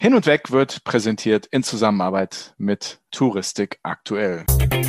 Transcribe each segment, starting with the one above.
Hin und Weg wird präsentiert in Zusammenarbeit mit Touristik aktuell.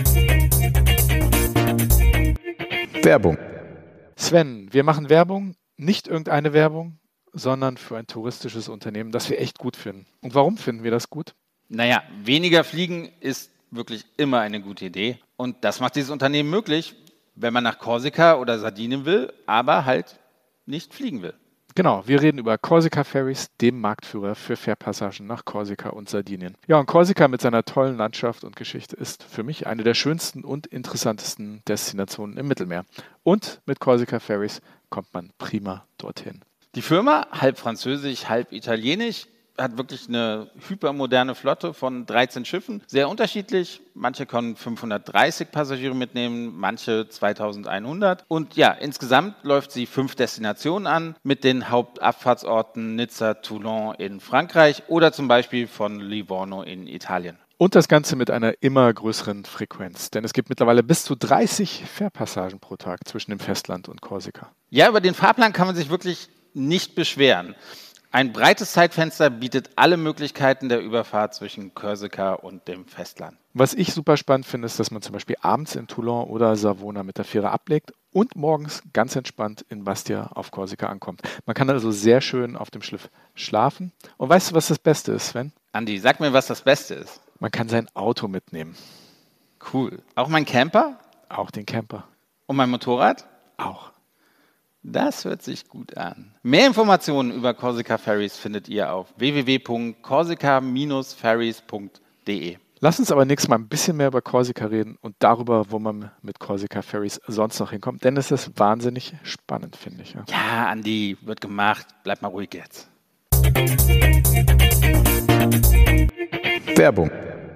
Werbung. Sven, wir machen Werbung, nicht irgendeine Werbung, sondern für ein touristisches Unternehmen, das wir echt gut finden. Und warum finden wir das gut? Naja, weniger fliegen ist wirklich immer eine gute Idee. Und das macht dieses Unternehmen möglich, wenn man nach Korsika oder Sardinien will, aber halt nicht fliegen will. Genau, wir reden über Korsika Ferries, dem Marktführer für Fährpassagen nach Korsika und Sardinien. Ja, und Korsika mit seiner tollen Landschaft und Geschichte ist für mich eine der schönsten und interessantesten Destinationen im Mittelmeer. Und mit Korsika Ferries kommt man prima dorthin. Die Firma, halb französisch, halb italienisch, hat wirklich eine hypermoderne Flotte von 13 Schiffen, sehr unterschiedlich. Manche können 530 Passagiere mitnehmen, manche 2100. Und ja, insgesamt läuft sie 5 Destinationen an mit den Hauptabfahrtsorten Nizza, Toulon in Frankreich oder zum Beispiel von Livorno in Italien. Und das Ganze mit einer immer größeren Frequenz, denn es gibt mittlerweile bis zu 30 Fährpassagen pro Tag zwischen dem Festland und Korsika. Ja, über den Fahrplan kann man sich wirklich nicht beschweren. Ein breites Zeitfenster bietet alle Möglichkeiten der Überfahrt zwischen Korsika und dem Festland. Was ich super spannend finde, ist, dass man zum Beispiel abends in Toulon oder Savona mit der Fähre ablegt und morgens ganz entspannt in Bastia auf Korsika ankommt. Man kann also sehr schön auf dem Schiff schlafen. Und weißt du, was das Beste ist, Sven? Andi, sag mir, was das Beste ist. Man kann sein Auto mitnehmen. Cool. Auch mein Camper? Auch den Camper. Und mein Motorrad? Auch. Das hört sich gut an. Mehr Informationen über Korsika Ferries findet ihr auf www.korsika-ferries.de. Lass uns aber nächstes Mal ein bisschen mehr über Korsika reden und darüber, wo man mit Korsika Ferries sonst noch hinkommt, denn es ist wahnsinnig spannend, finde ich. Ja, Andi, wird gemacht. Bleib mal ruhig jetzt. Werbung.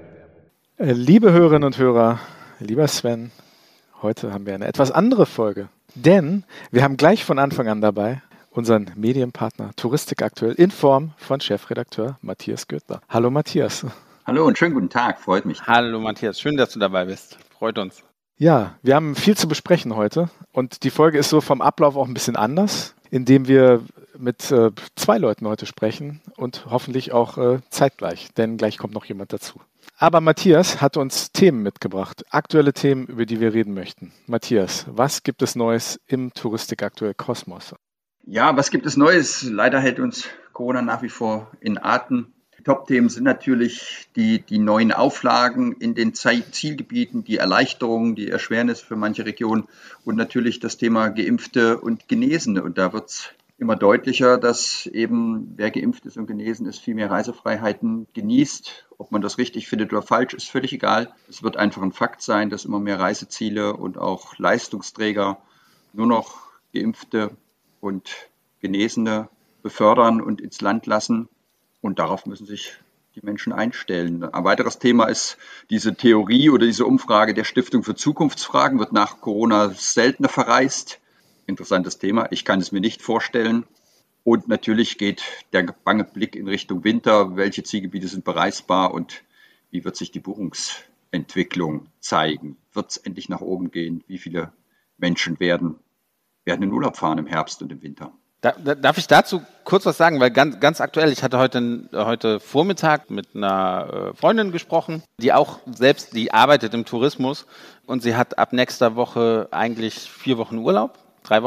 Liebe Hörerinnen und Hörer, lieber Sven, heute haben wir eine etwas andere Folge. Denn wir haben gleich von Anfang an dabei unseren Medienpartner Touristik aktuell in Form von Chefredakteur Matthias Göttler. Hallo Matthias. Hallo und schönen guten Tag, freut mich. Hallo Matthias, schön, dass du dabei bist. Freut uns. Ja, wir haben viel zu besprechen heute und die Folge ist so vom Ablauf auch ein bisschen anders, indem wir mit 2 Leuten heute sprechen und hoffentlich auch zeitgleich, denn gleich kommt noch jemand dazu. Aber Matthias hat uns Themen mitgebracht, aktuelle Themen, über die wir reden möchten. Matthias, was gibt es Neues im Touristik aktuell Kosmos? Ja, was gibt es Neues? Leider hält uns Corona nach wie vor in Atem. Die Top-Themen sind natürlich die neuen Auflagen in den Zielgebieten, die Erleichterungen, die Erschwernis für manche Regionen und natürlich das Thema Geimpfte und Genesene. Und da wird es immer deutlicher, dass eben wer geimpft ist und genesen ist, viel mehr Reisefreiheiten genießt. Ob man das richtig findet oder falsch, ist völlig egal. Es wird einfach ein Fakt sein, dass immer mehr Reiseziele und auch Leistungsträger nur noch Geimpfte und Genesene befördern und ins Land lassen. Und darauf müssen sich die Menschen einstellen. Ein weiteres Thema ist diese Theorie oder diese Umfrage der Stiftung für Zukunftsfragen, wird nach Corona seltener verreist. Interessantes Thema. Ich kann es mir nicht vorstellen. Und natürlich geht der bange Blick in Richtung Winter. Welche Zielgebiete sind bereisbar und wie wird sich die Buchungsentwicklung zeigen? Wird es endlich nach oben gehen? Wie viele Menschen werden in Urlaub fahren im Herbst und im Winter? Darf ich dazu kurz was sagen? Weil ganz aktuell, ich hatte heute Vormittag mit einer Freundin gesprochen, die arbeitet im Tourismus und sie hat ab nächster Woche eigentlich 3 Wochen Urlaub.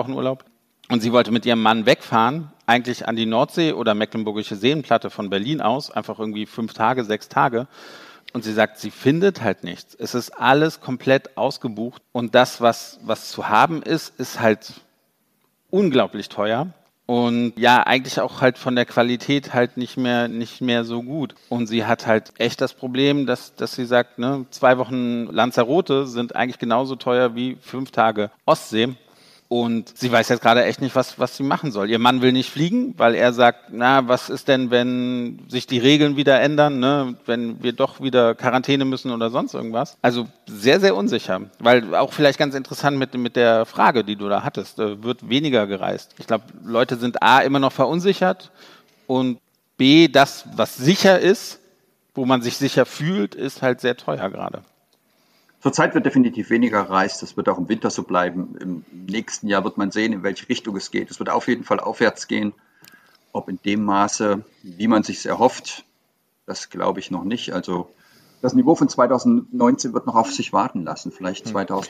Und sie wollte mit ihrem Mann wegfahren, eigentlich an die Nordsee oder Mecklenburgische Seenplatte von Berlin aus, einfach irgendwie 5 Tage, 6 Tage. Und sie sagt, sie findet halt nichts. Es ist alles komplett ausgebucht. Und das, was zu haben ist halt unglaublich teuer. Und ja, eigentlich auch halt von der Qualität halt nicht mehr so gut. Und sie hat halt echt das Problem, dass sie sagt, 2 Wochen Lanzarote sind eigentlich genauso teuer wie 5 Tage Ostsee. Und sie weiß jetzt gerade echt nicht, was sie machen soll. Ihr Mann will nicht fliegen, weil er sagt, was ist denn, wenn sich die Regeln wieder ändern, ne? Wenn wir doch wieder Quarantäne müssen oder sonst irgendwas. Also sehr, sehr unsicher. Weil auch vielleicht ganz interessant mit der Frage, die du da hattest, wird weniger gereist. Ich glaube, Leute sind A, immer noch verunsichert und B, das, was sicher ist, wo man sich sicher fühlt, ist halt sehr teuer gerade. Zurzeit wird definitiv weniger gereist. Das wird auch im Winter so bleiben. Im nächsten Jahr wird man sehen, in welche Richtung es geht. Es wird auf jeden Fall aufwärts gehen. Ob in dem Maße, wie man sich es erhofft, Das glaube ich noch nicht. Also das Niveau von 2019 wird noch auf sich warten lassen, vielleicht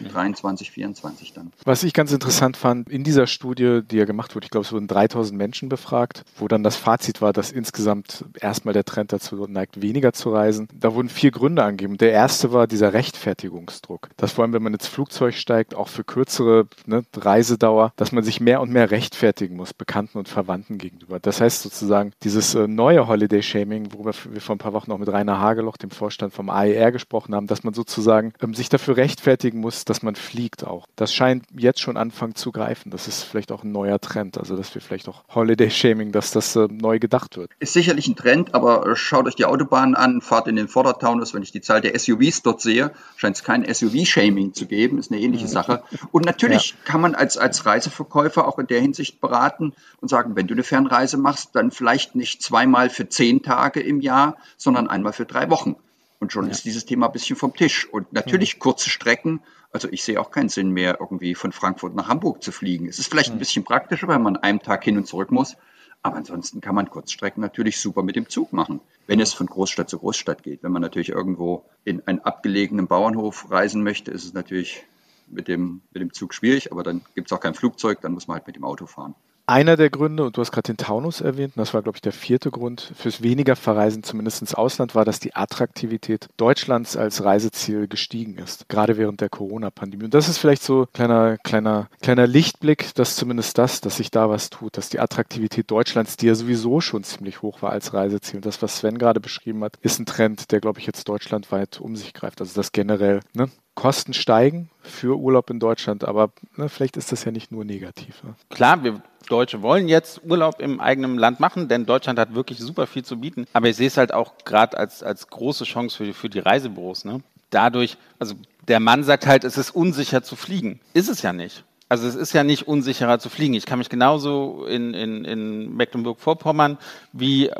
2023, 2024 dann. Was ich ganz interessant fand, in dieser Studie, die ja gemacht wurde, ich glaube, es wurden 3000 Menschen befragt, wo dann das Fazit war, dass insgesamt erstmal der Trend dazu neigt, weniger zu reisen. Da wurden 4 Gründe angegeben. Der erste war dieser Rechtfertigungsdruck. Dass vor allem, wenn man ins Flugzeug steigt, auch für kürzere Reisedauer, dass man sich mehr und mehr rechtfertigen muss, Bekannten und Verwandten gegenüber. Das heißt sozusagen, dieses neue Holiday-Shaming, worüber wir vor ein paar Wochen auch mit Rainer Hageloch, dem Vorstand vom AER, gesprochen haben, dass man sozusagen sich dafür rechtfertigen muss, dass man fliegt auch. Das scheint jetzt schon anfangen zu greifen. Das ist vielleicht auch ein neuer Trend, also dass wir vielleicht auch Holiday-Shaming, dass das neu gedacht wird. Ist sicherlich ein Trend, aber schaut euch die Autobahnen an, fahrt in den Vordertaunus, wenn ich die Zahl der SUVs dort sehe, scheint es kein SUV-Shaming zu geben, ist eine ähnliche Sache. Und natürlich kann man als Reiseverkäufer auch in der Hinsicht beraten und sagen, wenn du eine Fernreise machst, dann vielleicht nicht zweimal für 10 Tage im Jahr, sondern einmal für 3 Wochen. Und schon ist dieses Thema ein bisschen vom Tisch. Und natürlich kurze Strecken. Also ich sehe auch keinen Sinn mehr, irgendwie von Frankfurt nach Hamburg zu fliegen. Es ist vielleicht ein bisschen praktischer, weil man an einem Tag hin und zurück muss. Aber ansonsten kann man Kurzstrecken natürlich super mit dem Zug machen, wenn es von Großstadt zu Großstadt geht. Wenn man natürlich irgendwo in einen abgelegenen Bauernhof reisen möchte, ist es natürlich mit dem Zug schwierig. Aber dann gibt es auch kein Flugzeug, dann muss man halt mit dem Auto fahren. Einer der Gründe, und du hast gerade den Taunus erwähnt, und das war, glaube ich, der 4. Grund fürs weniger Verreisen, zumindest ins Ausland, war, dass die Attraktivität Deutschlands als Reiseziel gestiegen ist, gerade während der Corona-Pandemie. Und das ist vielleicht so ein kleiner Lichtblick, dass zumindest dass sich da was tut, dass die Attraktivität Deutschlands, die ja sowieso schon ziemlich hoch war als Reiseziel, und das, was Sven gerade beschrieben hat, ist ein Trend, der, glaube ich, jetzt deutschlandweit um sich greift. Also dass generell Kosten steigen für Urlaub in Deutschland, aber vielleicht ist das ja nicht nur negativ. Ne? Klar, wir Deutsche wollen jetzt Urlaub im eigenen Land machen, denn Deutschland hat wirklich super viel zu bieten. Aber ich sehe es halt auch gerade als große Chance für die Reisebüros. Ne? Dadurch, also der Mann sagt halt, es ist unsicher zu fliegen. Ist es ja nicht. Also es ist ja nicht unsicherer zu fliegen. Ich kann mich genauso in Mecklenburg-Vorpommern wie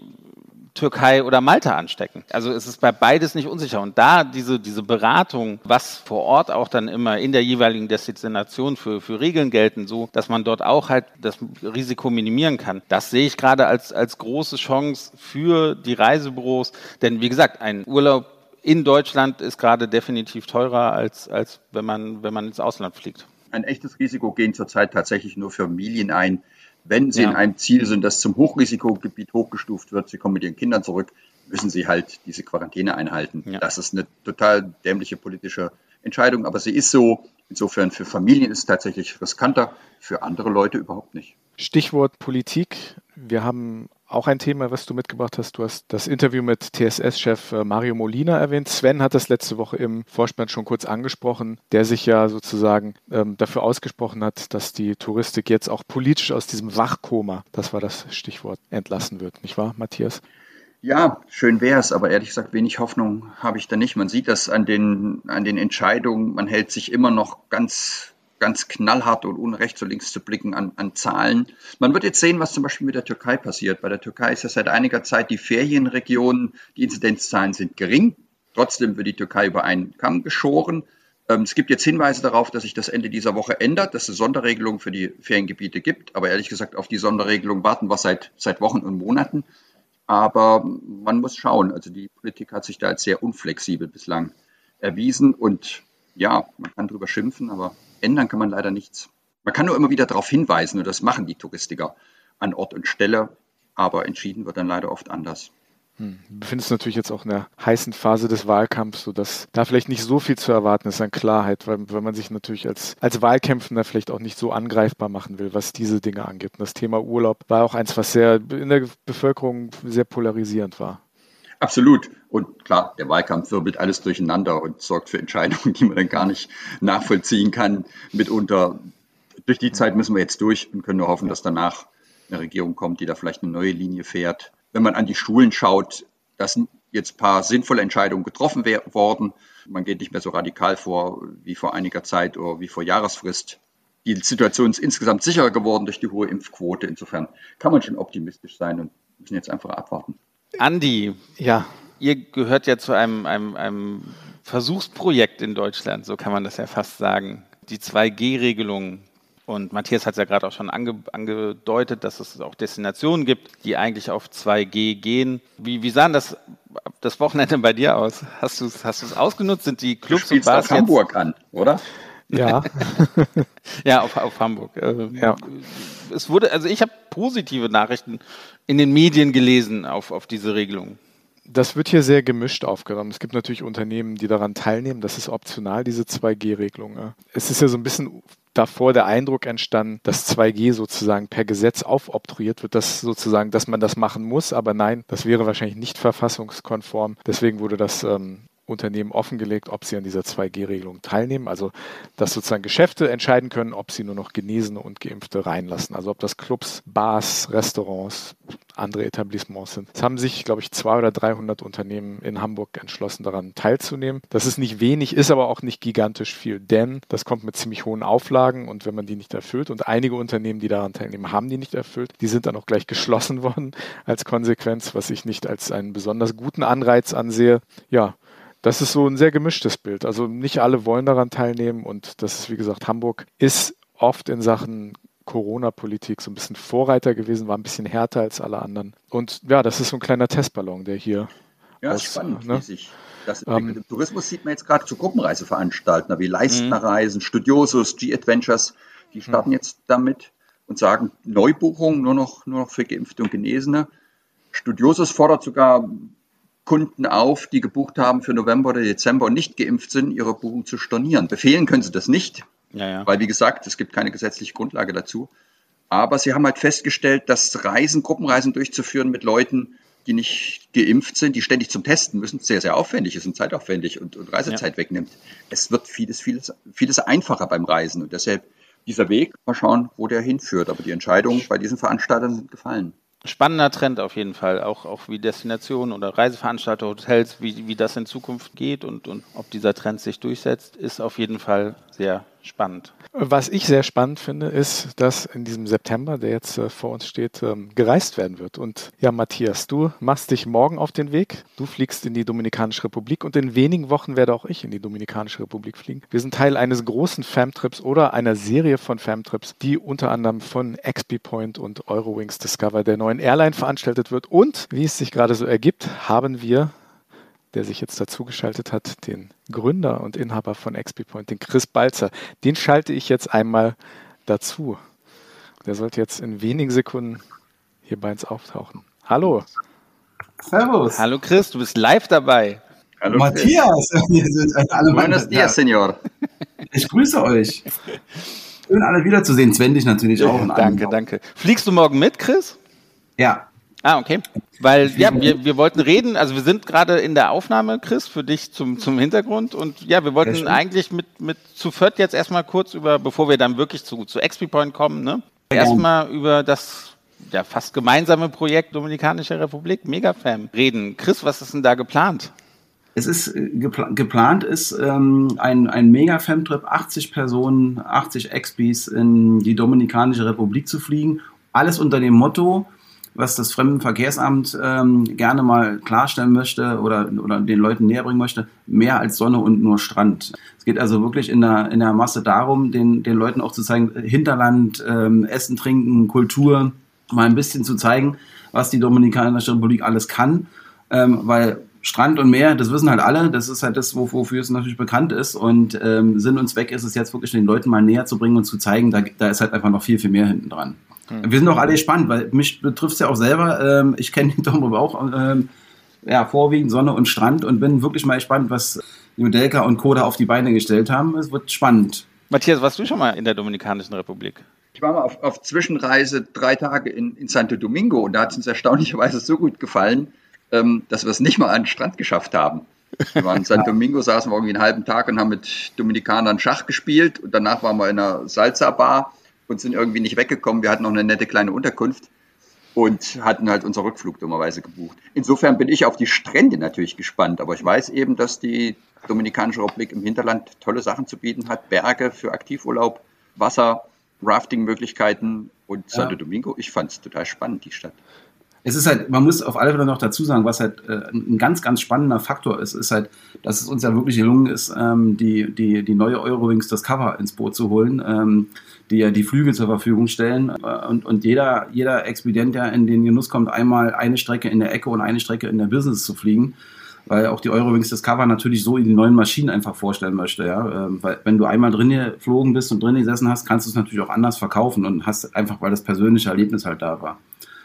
Türkei oder Malta anstecken. Also es ist bei beides nicht unsicher. Und da diese Beratung, was vor Ort auch dann immer in der jeweiligen Destination für Regeln gelten, so dass man dort auch halt das Risiko minimieren kann, das sehe ich gerade als große Chance für die Reisebüros. Denn wie gesagt, ein Urlaub in Deutschland ist gerade definitiv teurer, als wenn man ins Ausland fliegt. Ein echtes Risiko gehen zurzeit tatsächlich nur Familien ein. Wenn Sie in einem Ziel sind, das zum Hochrisikogebiet hochgestuft wird, Sie kommen mit Ihren Kindern zurück, müssen Sie halt diese Quarantäne einhalten. Ja. Das ist eine total dämliche politische Entscheidung, aber sie ist so. Insofern für Familien ist es tatsächlich riskanter, für andere Leute überhaupt nicht. Stichwort Politik. Wir haben auch ein Thema, was du mitgebracht hast. Du hast das Interview mit TSS-Chef Mario Molina erwähnt. Sven hat das letzte Woche im Vorspann schon kurz angesprochen, der sich ja sozusagen dafür ausgesprochen hat, dass die Touristik jetzt auch politisch aus diesem Wachkoma, das war das Stichwort, entlassen wird. Nicht wahr, Matthias? Ja, schön wäre es, aber ehrlich gesagt, wenig Hoffnung habe ich da nicht. Man sieht das an den Entscheidungen. Man hält sich immer noch ganz knallhart und ohne rechts und links zu blicken an Zahlen. Man wird jetzt sehen, was zum Beispiel mit der Türkei passiert. Bei der Türkei ist ja seit einiger Zeit die Ferienregion, die Inzidenzzahlen sind gering. Trotzdem wird die Türkei über einen Kamm geschoren. Es gibt jetzt Hinweise darauf, dass sich das Ende dieser Woche ändert, dass es Sonderregelungen für die Feriengebiete gibt. Aber ehrlich gesagt, auf die Sonderregelung warten wir seit Wochen und Monaten. Aber man muss schauen. Also die Politik hat sich da als sehr unflexibel bislang erwiesen. Und ja, man kann drüber schimpfen, aber ändern kann man leider nichts. Man kann nur immer wieder darauf hinweisen, und das machen die Touristiker an Ort und Stelle. Aber entschieden wird dann leider oft anders. Wir befinden uns natürlich jetzt auch in der heißen Phase des Wahlkampfs, sodass da vielleicht nicht so viel zu erwarten ist an Klarheit, weil man sich natürlich als Wahlkämpfender vielleicht auch nicht so angreifbar machen will, was diese Dinge angeht. Und das Thema Urlaub war auch eins, was sehr in der Bevölkerung sehr polarisierend war. Absolut. Und klar, der Wahlkampf wirbelt alles durcheinander und sorgt für Entscheidungen, die man dann gar nicht nachvollziehen kann. Mitunter, durch die Zeit müssen wir jetzt durch und können nur hoffen, dass danach eine Regierung kommt, die da vielleicht eine neue Linie fährt. Wenn man an die Schulen schaut, da sind jetzt ein paar sinnvolle Entscheidungen getroffen worden. Man geht nicht mehr so radikal vor wie vor einiger Zeit oder wie vor Jahresfrist. Die Situation ist insgesamt sicherer geworden durch die hohe Impfquote. Insofern kann man schon optimistisch sein und müssen jetzt einfach abwarten. Andi, ja. Ihr gehört ja zu einem Versuchsprojekt in Deutschland, so kann man das ja fast sagen. Die 2G-Regelung. Und Matthias hat es ja gerade auch schon angedeutet, dass es auch Destinationen gibt, die eigentlich auf 2G gehen. Wie sahen das das Wochenende bei dir aus? Hast du es ausgenutzt? Sind die Clubs und Bars auf Hamburg an, oder? Ja. Ja, auf Hamburg. Ja. Ich habe positive Nachrichten in den Medien gelesen auf diese Regelung. Das wird hier sehr gemischt aufgenommen. Es gibt natürlich Unternehmen, die daran teilnehmen. Das ist optional, diese 2G-Regelung. Es ist ja so ein bisschen davor der Eindruck entstanden, dass 2G sozusagen per Gesetz aufoktroyiert wird, dass man das machen muss. Aber nein, das wäre wahrscheinlich nicht verfassungskonform. Deswegen wurde das Unternehmen offengelegt, ob sie an dieser 2G-Regelung teilnehmen. Also, dass sozusagen Geschäfte entscheiden können, ob sie nur noch Genesene und Geimpfte reinlassen. Also, ob das Clubs, Bars, Restaurants, andere Etablissements sind. Es haben sich, glaube ich, 200 oder 300 Unternehmen in Hamburg entschlossen, daran teilzunehmen. Das ist nicht wenig, ist aber auch nicht gigantisch viel, denn das kommt mit ziemlich hohen Auflagen und wenn man die nicht erfüllt und einige Unternehmen, die daran teilnehmen, haben die nicht erfüllt, die sind dann auch gleich geschlossen worden als Konsequenz, was ich nicht als einen besonders guten Anreiz ansehe. Ja, das ist so ein sehr gemischtes Bild. Also nicht alle wollen daran teilnehmen und das ist, wie gesagt, Hamburg ist oft in Sachen Corona-Politik so ein bisschen Vorreiter gewesen, war ein bisschen härter als alle anderen. Und ja, das ist so ein kleiner Testballon, der hier spannend, wie sich das entwickelt. Im Tourismus sieht man jetzt gerade so Gruppenreiseveranstalter wie Leistner Reisen, Studiosus, G-Adventures, die starten jetzt damit und sagen, Neubuchungen nur noch für Geimpfte und Genesene. Studiosus fordert sogar Kunden auf, die gebucht haben für November oder Dezember und nicht geimpft sind, ihre Buchung zu stornieren. Befehlen können sie das nicht, weil, wie gesagt, es gibt keine gesetzliche Grundlage dazu. Aber sie haben halt festgestellt, dass Gruppenreisen durchzuführen mit Leuten, die nicht geimpft sind, die ständig zum Testen müssen, sehr, sehr aufwendig ist und zeitaufwendig und Reisezeit wegnimmt. Es wird vieles einfacher beim Reisen und deshalb dieser Weg, mal schauen, wo der hinführt. Aber die Entscheidungen bei diesen Veranstaltern sind gefallen. Spannender Trend auf jeden Fall, auch wie Destinationen oder Reiseveranstalter, Hotels, wie das in Zukunft geht und ob dieser Trend sich durchsetzt, ist auf jeden Fall sehr spannend. Was ich sehr spannend finde, ist, dass in diesem September, der jetzt vor uns steht, gereist werden wird. Und ja, Matthias, du machst dich morgen auf den Weg. Du fliegst in die Dominikanische Republik und in wenigen Wochen werde auch ich in die Dominikanische Republik fliegen. Wir sind Teil eines großen Famtrips oder einer Serie von Famtrips, die unter anderem von XP-Point und Eurowings Discover, der neuen Airline, veranstaltet wird. Und wie es sich gerade so ergibt, haben wir, der sich jetzt dazugeschaltet hat, den Gründer und Inhaber von XP-Point, den Chris Balzer. Den schalte ich jetzt einmal dazu. Der sollte jetzt in wenigen Sekunden hier bei uns auftauchen. Hallo. Servus. Hallo Chris, du bist live dabei. Hallo Matthias. Buenos dias, Senor. Ich grüße euch. Schön, alle wiederzusehen. Sven dich natürlich auch. Danke. Fliegst du morgen mit, Chris? Ja. Ah, okay. Weil, ja, wir wollten reden, also wir sind gerade in der Aufnahme, Chris, für dich zum Hintergrund und ja, wir wollten eigentlich mit zu viert jetzt erstmal kurz bevor wir dann wirklich zu XP-Point kommen, ne? Erstmal über das fast gemeinsame Projekt Dominikanische Republik, Megafam, reden. Chris, was ist denn da geplant? Es ist geplant ist ein Megafam-Trip, 80 Personen, 80 XPs in die Dominikanische Republik zu fliegen. Alles unter dem Motto, was das Fremdenverkehrsamt gerne mal klarstellen möchte oder den Leuten näher bringen möchte, mehr als Sonne und nur Strand. Es geht also wirklich in der Masse darum, den Leuten auch zu zeigen, Hinterland, Essen, Trinken, Kultur, mal ein bisschen zu zeigen, was die Dominikanische Republik alles kann, weil Strand und Meer, das wissen halt alle, das ist halt das, wofür es natürlich bekannt ist und Sinn und Zweck ist es jetzt wirklich, den Leuten mal näher zu bringen und zu zeigen, da ist halt einfach noch viel, viel mehr hinten dran. Wir sind auch alle gespannt, weil mich betrifft es ja auch selber. Ich kenne den Dom aber auch vorwiegend Sonne und Strand und bin wirklich mal gespannt, was Judelka und Co. da auf die Beine gestellt haben. Es wird spannend. Matthias, warst du schon mal in der Dominikanischen Republik? Ich war mal auf Zwischenreise 3 Tage in Santo Domingo und da hat es uns erstaunlicherweise so gut gefallen, dass wir es nicht mal an den Strand geschafft haben. Wir waren in Santo Domingo, saßen wir irgendwie einen halben Tag und haben mit Dominikanern Schach gespielt und danach waren wir in einer Salsa-Bar und sind irgendwie nicht weggekommen. Wir hatten noch eine nette kleine Unterkunft und hatten halt unseren Rückflug dummerweise gebucht. Insofern bin ich auf die Strände natürlich gespannt, aber ich weiß eben, dass die Dominikanische Republik im Hinterland tolle Sachen zu bieten hat. Berge für Aktivurlaub, Wasser, Rafting-Möglichkeiten und Santo Domingo. Ich fand es total spannend, die Stadt. Es ist halt, man muss auf alle Fälle noch dazu sagen, was halt ein ganz, ganz spannender Faktor ist halt, dass es uns ja wirklich gelungen ist, die neue Eurowings Discover ins Boot zu holen, die ja die Flüge zur Verfügung stellen und jeder Expedient, der in den Genuss kommt, einmal eine Strecke in der Ecke und eine Strecke in der Business zu fliegen. weil auch die Eurowings Discover natürlich so in die neuen Maschinen einfach vorstellen möchte. Ja? Weil wenn du einmal drin geflogen bist und drin gesessen hast, kannst du es natürlich auch anders verkaufen und hast einfach, weil das persönliche Erlebnis halt da war.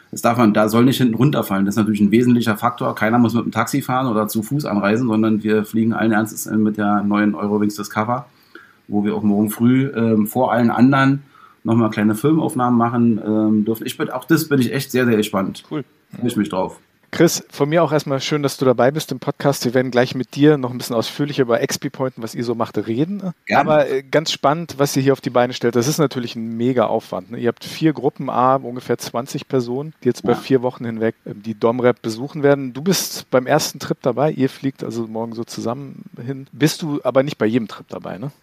Da soll nicht hinten runterfallen. Das ist natürlich ein wesentlicher Faktor. Keiner muss mit dem Taxi fahren oder zu Fuß anreisen, sondern wir fliegen allen Ernstes mit der neuen Eurowings Discover, wo wir auch morgen früh vor allen anderen nochmal kleine Filmaufnahmen machen dürfen. Auch das bin ich echt sehr, sehr gespannt. Cool. Freue ich mich drauf. Chris, von mir auch erstmal schön, dass du dabei bist im Podcast. Wir werden gleich mit dir noch ein bisschen ausführlicher über XP-Point, was ihr so macht, reden. Gerne. Aber ganz spannend, was ihr hier auf die Beine stellt. Das ist natürlich ein mega Aufwand. Ne? Ihr habt 4 Gruppen, ungefähr 20 Personen, die jetzt bei 4 Wochen hinweg die Domrep besuchen werden. Du bist beim ersten Trip dabei. Ihr fliegt also morgen so zusammen hin. Bist du aber nicht bei jedem Trip dabei, ne?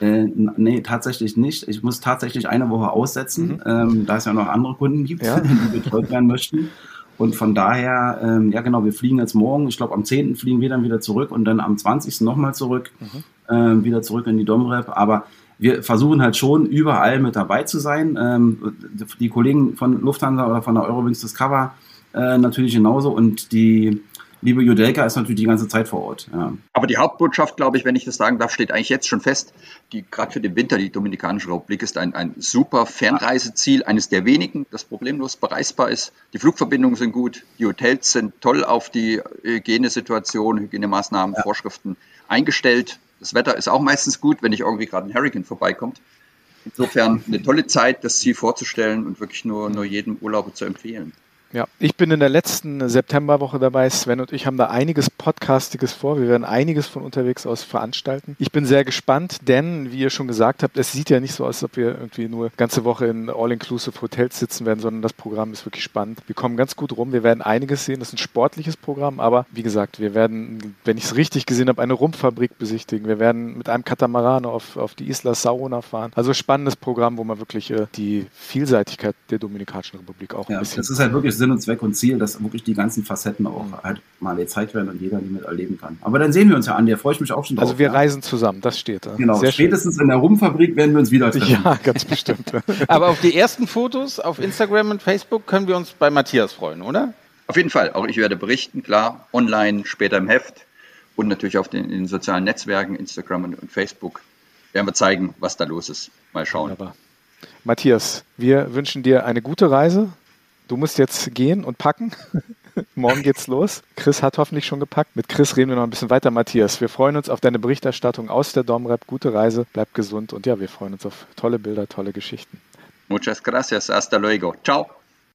Nee, tatsächlich nicht. Ich muss tatsächlich eine Woche aussetzen, da es ja noch andere Kunden gibt, die betreut werden möchten. Und von daher, genau, wir fliegen jetzt morgen, ich glaube am 10. fliegen wir dann wieder zurück und dann am 20. nochmal zurück, wieder zurück in die Domrep. Aber wir versuchen halt schon überall mit dabei zu sein. Die Kollegen von Lufthansa oder von der Eurowings Discover natürlich genauso und die liebe Judelka ist natürlich die ganze Zeit vor Ort. Ja. Aber die Hauptbotschaft, glaube ich, wenn ich das sagen darf, steht eigentlich jetzt schon fest. Gerade für den Winter, die Dominikanische Republik ist ein super Fernreiseziel, eines der wenigen, das problemlos bereisbar ist. Die Flugverbindungen sind gut, die Hotels sind toll auf die Hygienesituation, Hygienemaßnahmen, Vorschriften eingestellt. Das Wetter ist auch meistens gut, wenn nicht irgendwie gerade ein Hurricane vorbeikommt. Insofern eine tolle Zeit, das Ziel vorzustellen und wirklich nur jedem Urlauber zu empfehlen. Ja, ich bin in der letzten Septemberwoche dabei. Sven und ich haben da einiges Podcastiges vor. Wir werden einiges von unterwegs aus veranstalten. Ich bin sehr gespannt, denn, wie ihr schon gesagt habt, es sieht ja nicht so aus, als ob wir irgendwie nur ganze Woche in All-Inclusive Hotels sitzen werden, sondern das Programm ist wirklich spannend. Wir kommen ganz gut rum. Wir werden einiges sehen. Das ist ein sportliches Programm, aber wie gesagt, wir werden, wenn ich es richtig gesehen habe, eine Rumpfabrik besichtigen. Wir werden mit einem Katamaran auf die Isla Saona fahren. Also spannendes Programm, wo man wirklich die Vielseitigkeit der Dominikanischen Republik auch ein bisschen... Das ist halt wirklich Sinn und Zweck und Ziel, dass wirklich die ganzen Facetten auch halt mal gezeigt werden und jeder die mit erleben kann. Aber dann sehen wir uns ja an, da freue ich mich auch schon drauf. Also wir reisen zusammen, das steht da. Genau, sehr spätestens schön. In der Rumpfabrik werden wir uns wieder treffen. Ja, ganz bestimmt. Aber auf die ersten Fotos auf Instagram und Facebook können wir uns bei Matthias freuen, oder? Auf jeden Fall, auch ich werde berichten, klar, online, später im Heft und natürlich auf in den sozialen Netzwerken, Instagram und Facebook, werden wir zeigen, was da los ist. Mal schauen. Wunderbar. Matthias, wir wünschen dir eine gute Reise. Du musst jetzt gehen und packen. Morgen geht's los. Chris hat hoffentlich schon gepackt. Mit Chris reden wir noch ein bisschen weiter. Matthias, wir freuen uns auf deine Berichterstattung aus der Domrep. Gute Reise, bleib gesund und ja, wir freuen uns auf tolle Bilder, tolle Geschichten. Muchas gracias, hasta luego. Ciao.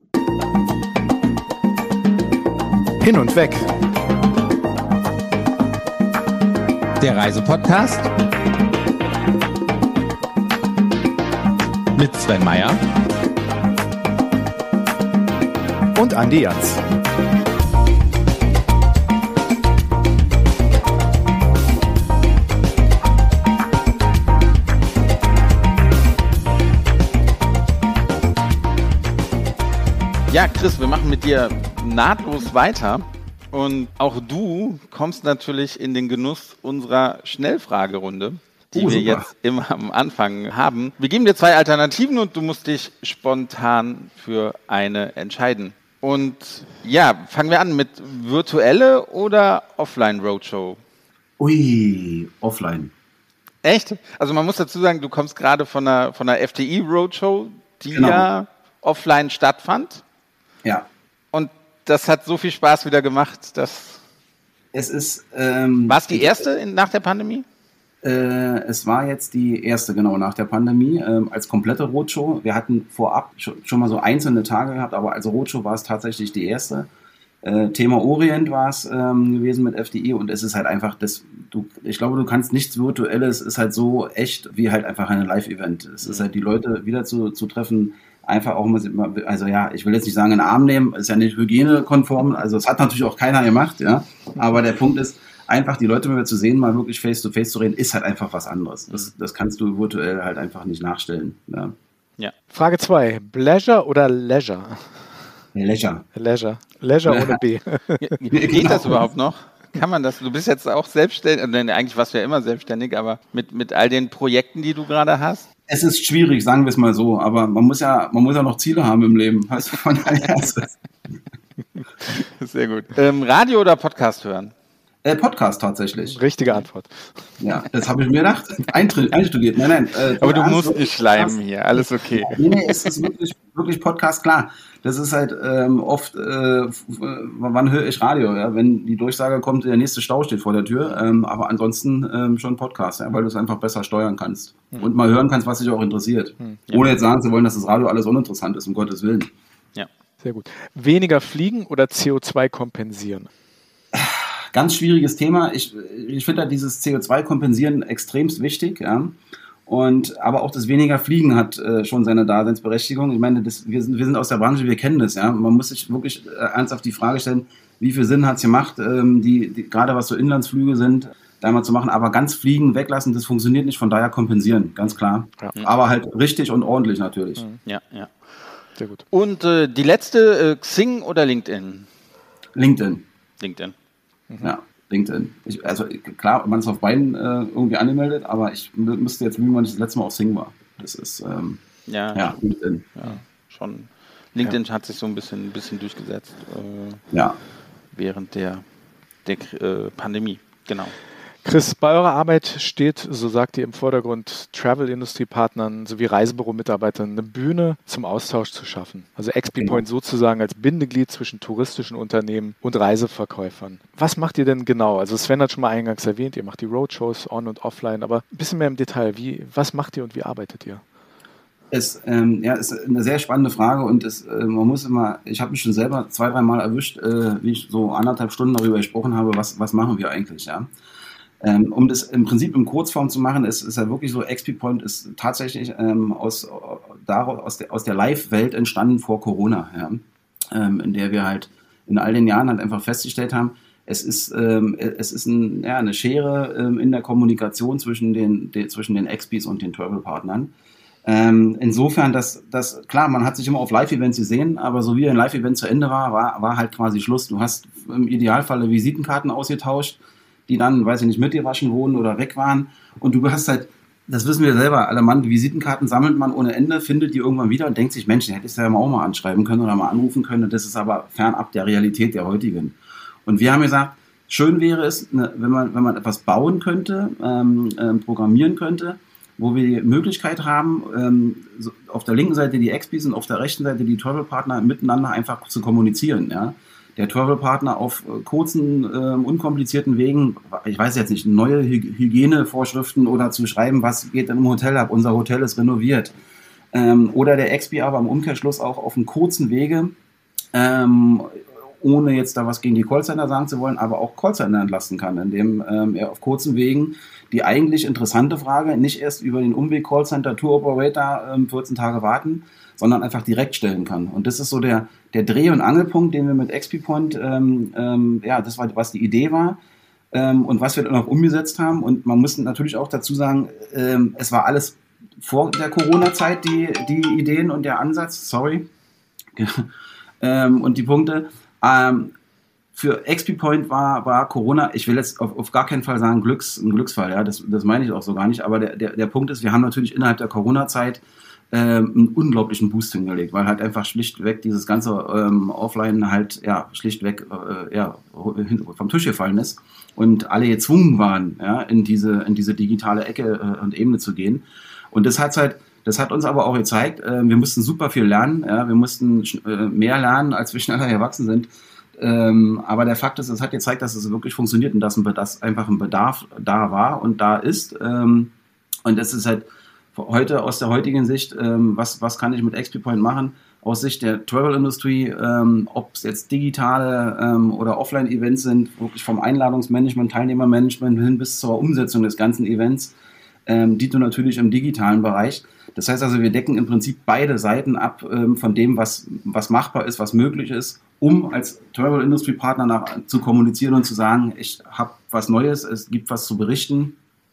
Hin und weg. Der Reisepodcast mit Sven Meyer und Andi Jans. Ja, Chris, wir machen mit dir nahtlos weiter und auch du kommst natürlich in den Genuss unserer Schnellfragerunde, die wir jetzt immer am Anfang haben. Wir geben dir 2 Alternativen und du musst dich spontan für eine entscheiden. Und ja, fangen wir an mit virtuelle oder Offline-Roadshow? Ui, offline. Echt? Also man muss dazu sagen, du kommst gerade von der FTI-Roadshow, die ja offline stattfand. Ja. Und das hat so viel Spaß wieder gemacht, dass... Es ist... war es die erste nach der Pandemie? Es war jetzt die erste, genau, nach der Pandemie, als komplette Roadshow. Wir hatten vorab schon mal so einzelne Tage gehabt, aber als Roadshow war es tatsächlich die erste. Thema Orient war es gewesen mit FDI und es ist halt einfach, ich glaube, du kannst nichts Virtuelles, ist halt so echt wie halt einfach ein Live-Event. Es ist halt die Leute wieder zu treffen, einfach auch mal, also ja, ich will jetzt nicht sagen, in den Arm nehmen, ist ja nicht hygienekonform, also es hat natürlich auch keiner gemacht, ja, aber der Punkt ist, einfach die Leute mal zu sehen, mal wirklich face-to-face zu reden, ist halt einfach was anderes. Das kannst du virtuell halt einfach nicht nachstellen. Ja. Frage 2, Pleasure oder Leisure? Leisure. Leisure ohne B. Geht das überhaupt noch? Kann man das? Du bist jetzt auch selbstständig, eigentlich warst du ja immer selbstständig, aber mit all den Projekten, die du gerade hast? Es ist schwierig, sagen wir es mal so, aber man muss ja noch Ziele haben im Leben. Also von daher ist das. Sehr gut. Radio oder Podcast hören? Podcast tatsächlich. Richtige Antwort. Ja, das habe ich mir gedacht. Einstudiert. Nein. Aber du musst nicht schleimen hier, alles okay. Nee, es ist wirklich Podcast, klar. Das ist halt oft, wann höre ich Radio? Ja? Wenn die Durchsage kommt, der nächste Stau steht vor der Tür. Aber ansonsten schon Podcast, ja? Weil du es einfach besser steuern kannst. Und mal hören kannst, was dich auch interessiert. Ja. Ohne jetzt sagen zu wollen, dass das Radio alles uninteressant ist, um Gottes Willen. Ja. Sehr gut. Weniger fliegen oder CO2 kompensieren? Ganz schwieriges Thema. Ich finde halt dieses CO2-Kompensieren extremst wichtig, ja. Aber auch das weniger Fliegen hat schon seine Daseinsberechtigung. Ich meine, wir sind aus der Branche, wir kennen das, ja. Man muss sich wirklich ernsthaft die Frage stellen, wie viel Sinn hat es gemacht, gerade was so Inlandsflüge sind, da mal zu machen. Aber ganz fliegen, weglassen, das funktioniert nicht, von daher kompensieren, ganz klar. Ja. Aber halt richtig und ordentlich natürlich. Ja. Sehr gut. Und die letzte, Xing oder LinkedIn? LinkedIn. Ja. LinkedIn. Klar, man ist auf beiden irgendwie angemeldet, aber ich müsste jetzt lügen, wann ich das letzte Mal auf Xing war. Das ist LinkedIn. Ja, schon. LinkedIn hat sich so ein bisschen durchgesetzt während der Pandemie. Genau. Chris, bei eurer Arbeit steht, so sagt ihr im Vordergrund, Travel-Industry-Partnern sowie Reisebüro-Mitarbeitern eine Bühne zum Austausch zu schaffen. Also XP-Point sozusagen als Bindeglied zwischen touristischen Unternehmen und Reiseverkäufern. Was macht ihr denn genau? Also Sven hat schon mal eingangs erwähnt, ihr macht die Roadshows on- und offline, aber ein bisschen mehr im Detail. Was macht ihr und wie arbeitet ihr? Ist eine sehr spannende Frage und man muss immer, ich habe mich schon selber 2-3 Mal erwischt, wie ich so 1,5 Stunden darüber gesprochen habe, was machen wir eigentlich, ja. Um das im Prinzip in Kurzform zu machen, ist ja wirklich so, XP-Point ist tatsächlich aus der Live-Welt entstanden vor Corona, ja? In der wir halt in all den Jahren halt einfach festgestellt haben, es ist eine Schere in der Kommunikation zwischen den XPs und den Travel-Partnern. Insofern, dass klar, man hat sich immer auf Live-Events gesehen, aber so wie ein Live-Event zu Ende war halt quasi Schluss. Du hast im Idealfall Visitenkarten ausgetauscht, die dann, weiß ich nicht, mitgewaschen wurden oder weg waren. Und du hast halt, das wissen wir selber, alle Mann, die Visitenkarten sammelt man ohne Ende, findet die irgendwann wieder und denkt sich, Mensch, den hätte ich ja auch mal anschreiben können oder mal anrufen können. Das ist aber fernab der Realität der heutigen. Und wir haben gesagt, schön wäre es, wenn man etwas bauen könnte, programmieren könnte, wo wir die Möglichkeit haben, auf der linken Seite die XPs und auf der rechten Seite die Travel-Partner miteinander einfach zu kommunizieren, ja. Der Travel-Partner auf kurzen, unkomplizierten Wegen, ich weiß jetzt nicht, neue Hygienevorschriften oder zu schreiben, was geht im Hotel ab, unser Hotel ist renoviert. Oder der XP aber im Umkehrschluss auch auf einem kurzen Wege, ohne jetzt da was gegen die Callcenter sagen zu wollen, aber auch Callcenter entlasten kann, indem er auf kurzen Wegen die eigentlich interessante Frage nicht erst über den Umweg Callcenter, Tour Operator 14 Tage warten, sondern einfach direkt stellen kann. Und das ist so der Dreh- und Angelpunkt, den wir mit XP-Point, das war, was die Idee war und was wir dann auch umgesetzt haben. Und man muss natürlich auch dazu sagen, es war alles vor der Corona-Zeit, die Ideen und der Ansatz, und die Punkte. Für XP-Point war Corona, ich will jetzt auf gar keinen Fall sagen ein Glücksfall, ja, das meine ich auch so gar nicht, aber der Punkt ist, wir haben natürlich innerhalb der Corona-Zeit einen unglaublichen Boost hingelegt, weil halt einfach schlichtweg dieses ganze Offline halt schlichtweg vom Tisch gefallen ist und alle gezwungen waren, ja, in diese digitale Ecke und Ebene zu gehen. Und das hat uns aber auch gezeigt, wir mussten super viel lernen, ja, wir mussten mehr lernen, als wir schneller erwachsen sind. Aber der Fakt ist, es hat gezeigt, dass es wirklich funktioniert und dass einfach ein Bedarf da war und da ist. Und das ist halt heute aus der heutigen Sicht, was kann ich mit XP-Point machen? Aus Sicht der Travel-Industrie, ob es jetzt digitale oder Offline-Events sind, wirklich vom Einladungsmanagement, Teilnehmermanagement hin bis zur Umsetzung des ganzen Events, die du natürlich im digitalen Bereich. Das heißt also, wir decken im Prinzip beide Seiten ab von dem, was machbar ist, was möglich ist, um als Travel-Industry-Partner zu kommunizieren und zu sagen, ich habe was Neues, es gibt was zu berichten.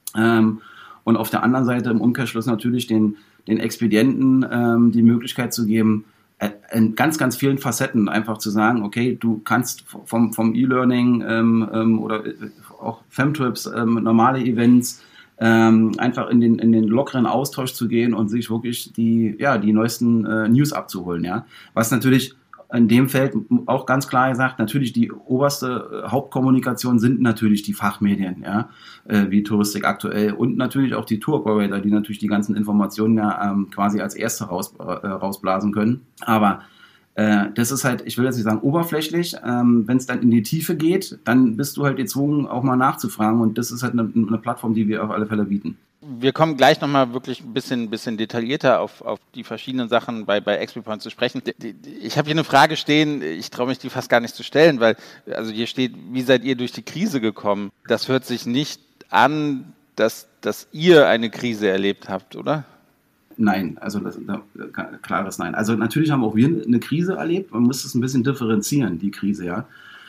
Und auf der anderen Seite im Umkehrschluss natürlich den Expedienten die Möglichkeit zu geben, in ganz, ganz vielen Facetten einfach zu sagen, okay, du kannst vom E-Learning oder auch Femtrips, normale Events, einfach in den lockeren Austausch zu gehen und sich wirklich die neuesten News abzuholen, ja. Was natürlich In dem Feld auch ganz klar gesagt, natürlich die oberste Hauptkommunikation sind natürlich die Fachmedien, ja, wie Touristik aktuell und natürlich auch die Tour-Operator, die natürlich die ganzen Informationen ja quasi als erste rausblasen können. Aber das ist halt, ich will jetzt nicht sagen oberflächlich, wenn es dann in die Tiefe geht, dann bist du halt gezwungen, auch mal nachzufragen und das ist halt eine Plattform, die wir auf alle Fälle bieten. Wir kommen gleich nochmal wirklich ein bisschen detaillierter auf die verschiedenen Sachen bei XP-Point zu sprechen. Ich habe hier eine Frage stehen, ich traue mich die fast gar nicht zu stellen, weil also hier steht, wie seid ihr durch die Krise gekommen? Das hört sich nicht an, dass ihr eine Krise erlebt habt, oder? Nein, also klares Nein. Also natürlich haben auch wir eine Krise erlebt, man muss es ein bisschen differenzieren, die Krise, ja.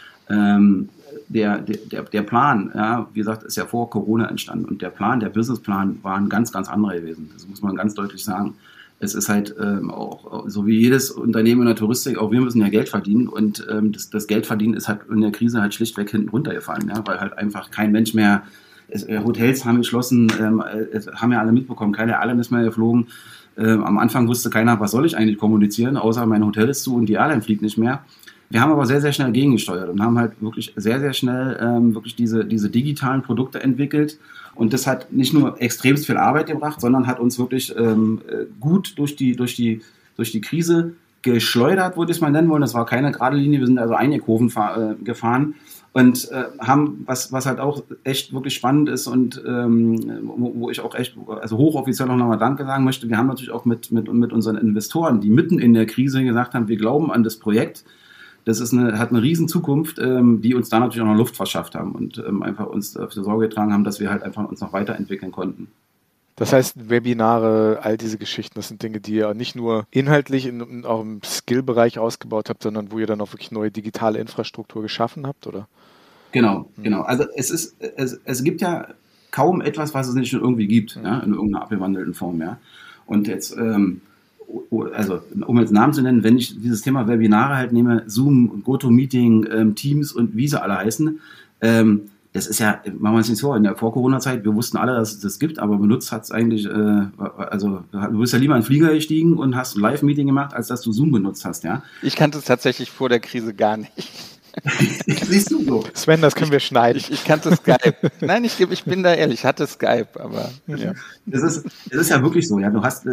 Der Plan, ja, wie gesagt, ist ja vor Corona entstanden und der Businessplan war ein ganz, ganz anderer gewesen. Das muss man ganz deutlich sagen. Es ist halt auch so wie jedes Unternehmen in der Touristik, auch wir müssen ja Geld verdienen und das Geldverdienen ist halt in der Krise halt schlichtweg hinten runtergefallen, ja, weil halt einfach kein Mensch mehr, Hotels haben geschlossen, haben ja alle mitbekommen, keine Airline ist mehr geflogen. Am Anfang wusste keiner, was soll ich eigentlich kommunizieren, außer mein Hotel ist zu und die Airline fliegt nicht mehr. Wir haben aber sehr, sehr schnell gegengesteuert und haben halt wirklich sehr, sehr schnell wirklich diese digitalen Produkte entwickelt. Und das hat nicht nur extremst viel Arbeit gebracht, sondern hat uns wirklich gut durch die Krise geschleudert, würde ich es mal nennen wollen. Das war keine gerade Linie, wir sind also einige Kurven gefahren und haben, was halt auch echt wirklich spannend ist und wo ich auch echt, also hochoffiziell auch nochmal Danke sagen möchte, wir haben natürlich auch mit unseren Investoren, die mitten in der Krise gesagt haben, wir glauben an das Projekt. Das hat eine riesen Zukunft, die uns da natürlich auch noch Luft verschafft haben und einfach uns dafür Sorge getragen haben, dass wir halt einfach uns noch weiterentwickeln konnten. Das heißt, Webinare, all diese Geschichten, das sind Dinge, die ihr nicht nur inhaltlich auch im Skill-Bereich ausgebaut habt, sondern wo ihr dann auch wirklich neue digitale Infrastruktur geschaffen habt, oder? Genau. Also es gibt ja kaum etwas, was es nicht schon irgendwie gibt, ja, in irgendeiner abgewandelten Form, ja. Und jetzt also um jetzt Namen zu nennen, wenn ich dieses Thema Webinare halt nehme, Zoom, GoToMeeting, Teams und wie sie alle heißen, das ist ja, machen wir uns nicht vor, in der Vor-Corona-Zeit, wir wussten alle, dass es das gibt, aber benutzt hat es eigentlich, also du bist ja lieber in den Flieger gestiegen und hast ein Live-Meeting gemacht, als dass du Zoom benutzt hast, ja. Ich kannte es tatsächlich vor der Krise gar nicht. Siehst du so. Sven, das können wir schneiden. Ich kannte Skype. Nein, ich bin da ehrlich, ich hatte Skype, aber ja. Es ist ja wirklich so, ja.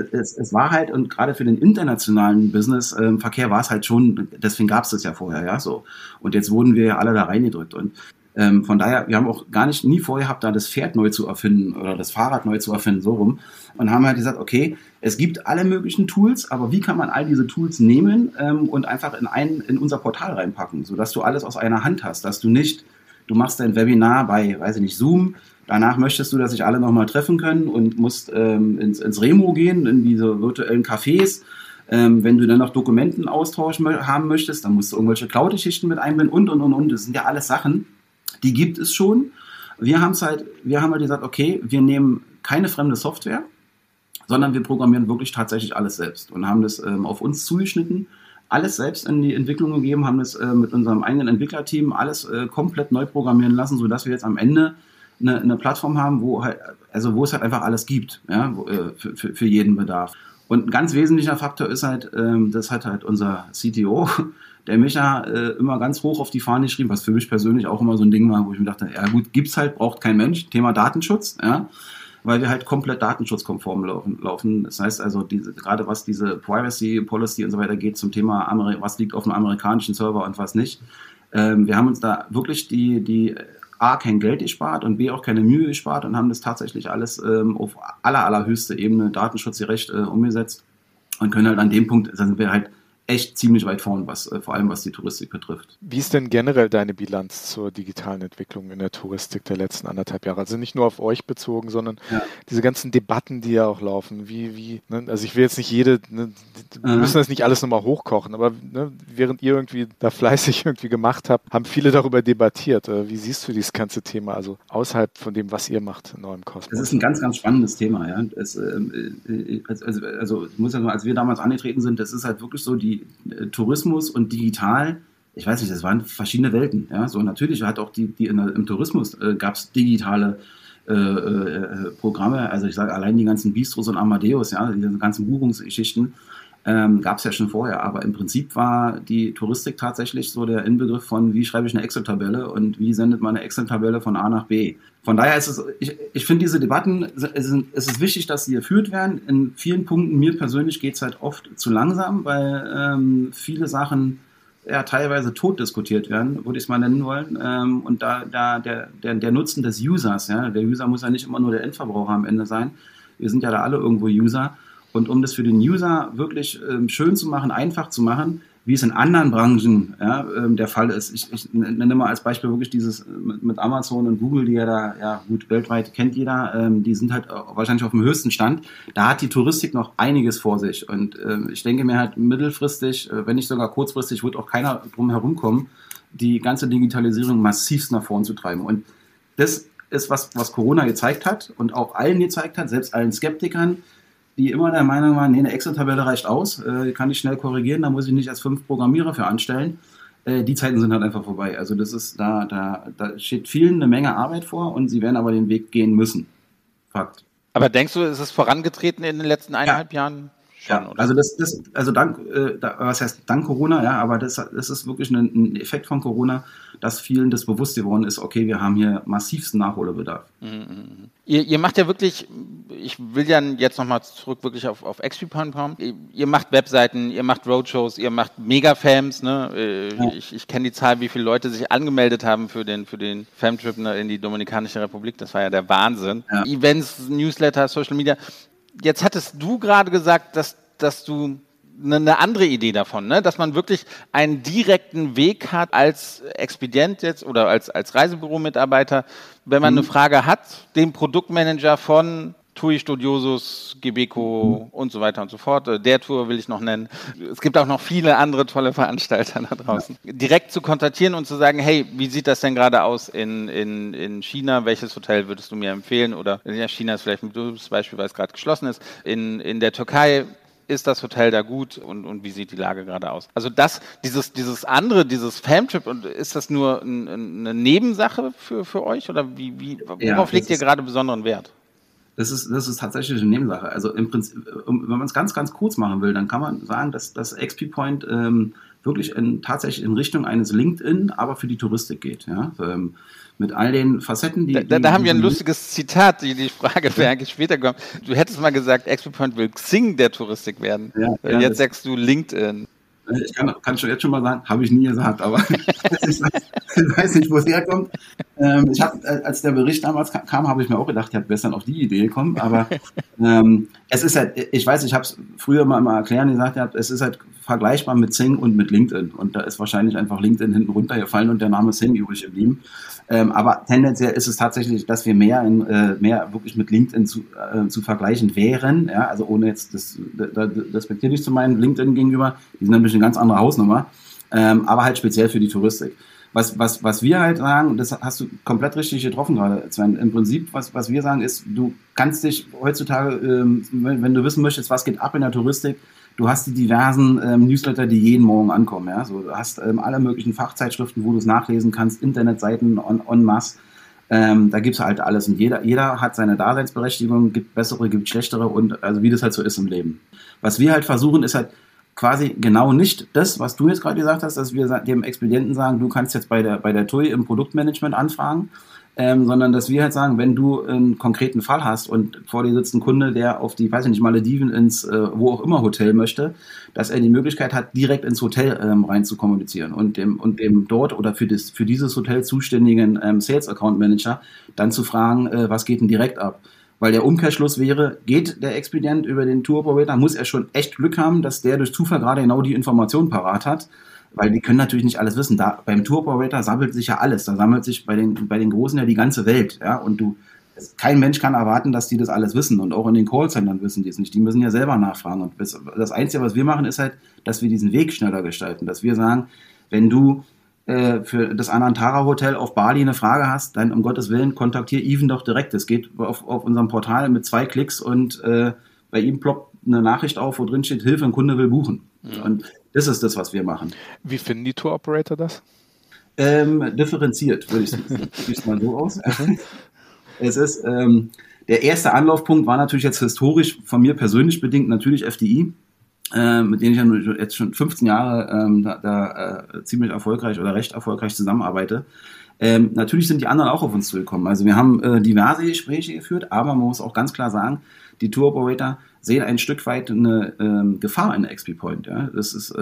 Es war halt, und gerade für den internationalen Business-Verkehr war es halt schon, deswegen gab es das ja vorher, ja, so. Und jetzt wurden wir ja alle da reingedrückt und von daher, wir haben auch nie vorgehabt, da das Pferd neu zu erfinden oder das Fahrrad neu zu erfinden, so rum. Und haben halt gesagt, okay, es gibt alle möglichen Tools, aber wie kann man all diese Tools nehmen und einfach in unser Portal reinpacken, sodass du alles aus einer Hand hast, dass du machst dein Webinar bei, weiß ich nicht, Zoom, danach möchtest du, dass sich alle nochmal treffen können und musst ins Remo gehen, in diese virtuellen Cafés. Wenn du dann noch Dokumentenaustausch haben möchtest, dann musst du irgendwelche Cloud-Geschichten mit einbinden und. Das sind ja alles Sachen, die gibt es schon. Wir haben halt gesagt, okay, wir nehmen keine fremde Software, sondern wir programmieren wirklich tatsächlich alles selbst und haben das auf uns zugeschnitten, alles selbst in die Entwicklung gegeben, haben das mit unserem eigenen Entwicklerteam alles komplett neu programmieren lassen, sodass wir jetzt am Ende eine Plattform haben, wo es halt einfach alles gibt, ja, für jeden Bedarf. Und ein ganz wesentlicher Faktor ist halt, das hat halt unser CTO, der Micha, immer ganz hoch auf die Fahne geschrieben, was für mich persönlich auch immer so ein Ding war, wo ich mir dachte, ja gut, gibt's halt, braucht kein Mensch, Thema Datenschutz, ja, weil wir halt komplett datenschutzkonform laufen. Das heißt also, gerade was diese Privacy Policy und so weiter geht zum Thema, was liegt auf einem amerikanischen Server und was nicht. Wir haben uns da wirklich die A, kein Geld gespart und B, auch keine Mühe gespart und haben das tatsächlich alles auf allerhöchste Ebene datenschutzgerecht umgesetzt und können halt an dem Punkt, da sind wir halt echt ziemlich weit vorn, vor allem was die Touristik betrifft. Wie ist denn generell deine Bilanz zur digitalen Entwicklung in der Touristik der letzten 1,5 Jahre? Also nicht nur auf euch bezogen, sondern diese ganzen Debatten, die ja auch laufen. Also ich will jetzt nicht wir müssen das nicht alles nochmal hochkochen, aber während ihr irgendwie da fleißig irgendwie gemacht habt, haben viele darüber debattiert. Wie siehst du dieses ganze Thema, also außerhalb von dem, was ihr macht in eurem Kosmos? Das ist ein ganz, ganz spannendes Thema, ja. Also ich muss ja sagen, als wir damals angetreten sind, das ist halt wirklich so, die Tourismus und digital, ich weiß nicht, das waren verschiedene Welten. Ja? So natürlich hat auch im Tourismus gab es digitale Programme, also ich sage allein die ganzen Bistros und Amadeus, ja, diese ganzen Buchungsgeschichten, Gab es ja schon vorher, aber im Prinzip war die Touristik tatsächlich so der Inbegriff von, wie schreibe ich eine Excel-Tabelle und wie sendet man eine Excel-Tabelle von A nach B. Von daher ist es, ich finde diese Debatten, es ist wichtig, dass sie geführt werden. In vielen Punkten, mir persönlich geht es halt oft zu langsam, weil viele Sachen ja teilweise tot diskutiert werden, würde ich es mal nennen wollen. Und da der Nutzen des Users, ja, der User muss ja nicht immer nur der Endverbraucher am Ende sein. Wir sind ja da alle irgendwo User. Und um das für den User wirklich schön zu machen, einfach zu machen, wie es in anderen Branchen der Fall ist. Ich nenne mal als Beispiel wirklich dieses mit Amazon und Google, die ja da, ja gut, weltweit kennt jeder, die sind halt wahrscheinlich auf dem höchsten Stand. Da hat die Touristik noch einiges vor sich. Und ich denke mir halt mittelfristig, wenn nicht sogar kurzfristig, wird auch keiner drum herum kommen, die ganze Digitalisierung massivst nach vorn zu treiben. Und das ist was Corona gezeigt hat und auch allen gezeigt hat, selbst allen Skeptikern, die immer der Meinung waren, nee, eine Excel-Tabelle reicht aus, kann ich schnell korrigieren, da muss ich nicht erst 5 Programmierer für anstellen. Die Zeiten sind halt einfach vorbei. Also das ist, da steht vielen eine Menge Arbeit vor und sie werden aber den Weg gehen müssen. Fakt. Aber denkst du, ist es vorangetreten in den letzten 1,5 Jahren? Schon, ja, also was heißt dank Corona, ja, aber das ist wirklich ein Effekt von Corona, dass vielen das bewusst geworden ist, okay, wir haben hier massivsten Nachholbedarf. Ihr macht ja wirklich, ich will ja jetzt nochmal zurück wirklich auf XP-Point kommen, ihr macht Webseiten, ihr macht Roadshows, ihr macht Mega-Fams, ne? Ich kenne die Zahl, wie viele Leute sich angemeldet haben für den Fam-Trip in die Dominikanische Republik, das war ja der Wahnsinn. Ja. Events, Newsletter, Social Media. Jetzt hattest du gerade gesagt, dass du eine andere Idee davon, ne? Dass man wirklich einen direkten Weg hat als Expedient jetzt oder als Reisebüro-Mitarbeiter, wenn man eine Frage hat, dem Produktmanager von TUI, Studiosus, Gebeco und so weiter und so fort. Der Tour will ich noch nennen. Es gibt auch noch viele andere tolle Veranstalter da draußen. Direkt zu kontaktieren und zu sagen, hey, wie sieht das denn gerade aus in China? Welches Hotel würdest du mir empfehlen? Oder ja, China ist vielleicht ein gutes Beispiel, weil es gerade geschlossen ist. In der Türkei ist das Hotel da gut und wie sieht die Lage gerade aus? Also dieses Fam-Trip, und ist das nur eine Nebensache für euch? Oder worauf legt ihr gerade besonderen Wert? Das ist tatsächlich eine Nebensache. Also im Prinzip, wenn man es ganz, ganz kurz machen will, dann kann man sagen, dass das XP-Point wirklich tatsächlich in Richtung eines LinkedIn, aber für die Touristik geht. Ja? Mit all den Facetten, Da haben wir ein lustiges Zitat, die Frage wäre eigentlich später gekommen. Du hättest mal gesagt, XP-Point will Xing der Touristik werden. Ja, jetzt sagst du LinkedIn. Ich kann schon jetzt schon mal sagen, habe ich nie gesagt, aber ich weiß nicht, wo es herkommt. Als der Bericht damals kam, habe ich mir auch gedacht, ich habe gestern auf die Idee gekommen, aber es ist halt, ich weiß, ich habe es früher mal erklären gesagt, es ist halt vergleichbar mit Xing und mit LinkedIn und da ist wahrscheinlich einfach LinkedIn hinten runtergefallen und der Name Xing übrig geblieben. Aber tendenziell ist es tatsächlich, dass wir mehr wirklich mit LinkedIn zu vergleichen wären, ja, also ohne jetzt das respektierlich zu meinen, LinkedIn gegenüber, die sind natürlich eine ganz andere Hausnummer, aber halt speziell für die Touristik. Was wir halt sagen, das hast du komplett richtig getroffen gerade, Sven. Im Prinzip, was wir sagen ist, du kannst dich heutzutage, wenn du wissen möchtest, was geht ab in der Touristik, du hast die diversen Newsletter, die jeden Morgen ankommen. Ja? So, du hast alle möglichen Fachzeitschriften, wo du es nachlesen kannst, Internetseiten en masse. Da gibt es halt alles. Und jeder hat seine Daseinsberechtigung, gibt bessere, gibt schlechtere und also wie das halt so ist im Leben. Was wir halt versuchen, ist halt quasi genau nicht das, was du jetzt gerade gesagt hast, dass wir dem Expedienten sagen, du kannst jetzt bei der TUI im Produktmanagement anfragen, sondern dass wir halt sagen, wenn du einen konkreten Fall hast und vor dir sitzt ein Kunde, der auf die, weiß ich nicht, Malediven ins wo auch immer Hotel möchte, dass er die Möglichkeit hat, direkt ins Hotel rein zu kommunizieren und dem dort oder für dieses Hotel zuständigen Sales Account Manager dann zu fragen, was geht denn direkt ab? Weil der Umkehrschluss wäre, geht der Expedient über den Tour-Operator, muss er schon echt Glück haben, dass der durch Zufall gerade genau die Information parat hat, weil die können natürlich nicht alles wissen. Beim Tour-Operator sammelt sich ja alles, da sammelt sich bei den Großen ja die ganze Welt, ja, und kein Mensch kann erwarten, dass die das alles wissen und auch in den Callcentern wissen die es nicht, die müssen ja selber nachfragen und das Einzige, was wir machen, ist halt, dass wir diesen Weg schneller gestalten, dass wir sagen, wenn du für das Anantara Hotel auf Bali eine Frage hast, dann um Gottes Willen kontaktiere Even doch direkt. Es geht auf unserem Portal mit 2 Klicks und bei ihm ploppt eine Nachricht auf, wo drin steht, Hilfe, ein Kunde will buchen. Ja. Und das ist das, was wir machen. Wie finden die Tour-Operator das? Differenziert, würde ich es mal so aus. Es ist, der erste Anlaufpunkt war natürlich jetzt historisch von mir persönlich bedingt natürlich FDI. mit denen ich ja jetzt schon 15 Jahre ziemlich erfolgreich oder recht erfolgreich zusammenarbeite. Natürlich sind die anderen auch auf uns zugekommen. Also wir haben diverse Gespräche geführt, aber man muss auch ganz klar sagen, die Tour-Operator sehen ein Stück weit eine Gefahr in XP Point. Ja? Das ist,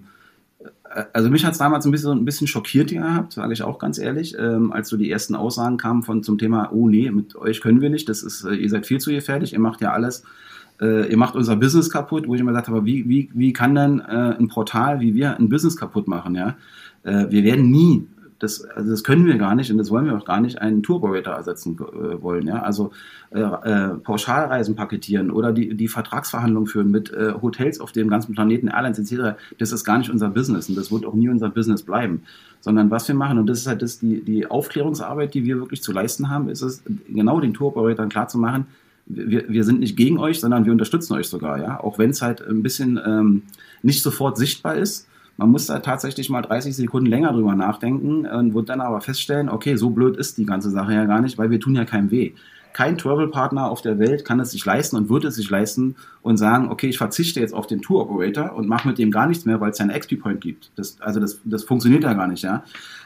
also mich hat es damals ein bisschen schockiert gehabt, sage ich auch ganz ehrlich, als so die ersten Aussagen kamen zum Thema, oh nee, mit euch können wir nicht, das ist, ihr seid viel zu gefährlich, ihr macht ja alles, ihr macht unser Business kaputt, wo ich immer gesagt habe, wie kann denn ein Portal wie wir ein Business kaputt machen? Ja? Wir werden nie, das können wir gar nicht und das wollen wir auch gar nicht, einen Tour-Operator ersetzen wollen. Ja? Also Pauschalreisen paketieren oder die Vertragsverhandlungen führen mit Hotels auf dem ganzen Planeten, Airlines etc., das ist gar nicht unser Business und das wird auch nie unser Business bleiben. Sondern was wir machen, und das ist halt die Aufklärungsarbeit, die wir wirklich zu leisten haben, ist es, genau den Tour-Operatoren klarzumachen, wir sind nicht gegen euch, sondern wir unterstützen euch sogar, ja, auch wenn es halt ein bisschen nicht sofort sichtbar ist. Man muss da tatsächlich mal 30 Sekunden länger drüber nachdenken und wird dann aber feststellen, okay, so blöd ist die ganze Sache ja gar nicht, weil wir tun ja keinem weh. Kein Travel-Partner auf der Welt kann es sich leisten und wird es sich leisten und sagen, okay, ich verzichte jetzt auf den Tour-Operator und mache mit dem gar nichts mehr, weil es ja einen XP-Point gibt. Das funktioniert ja gar nicht, ja.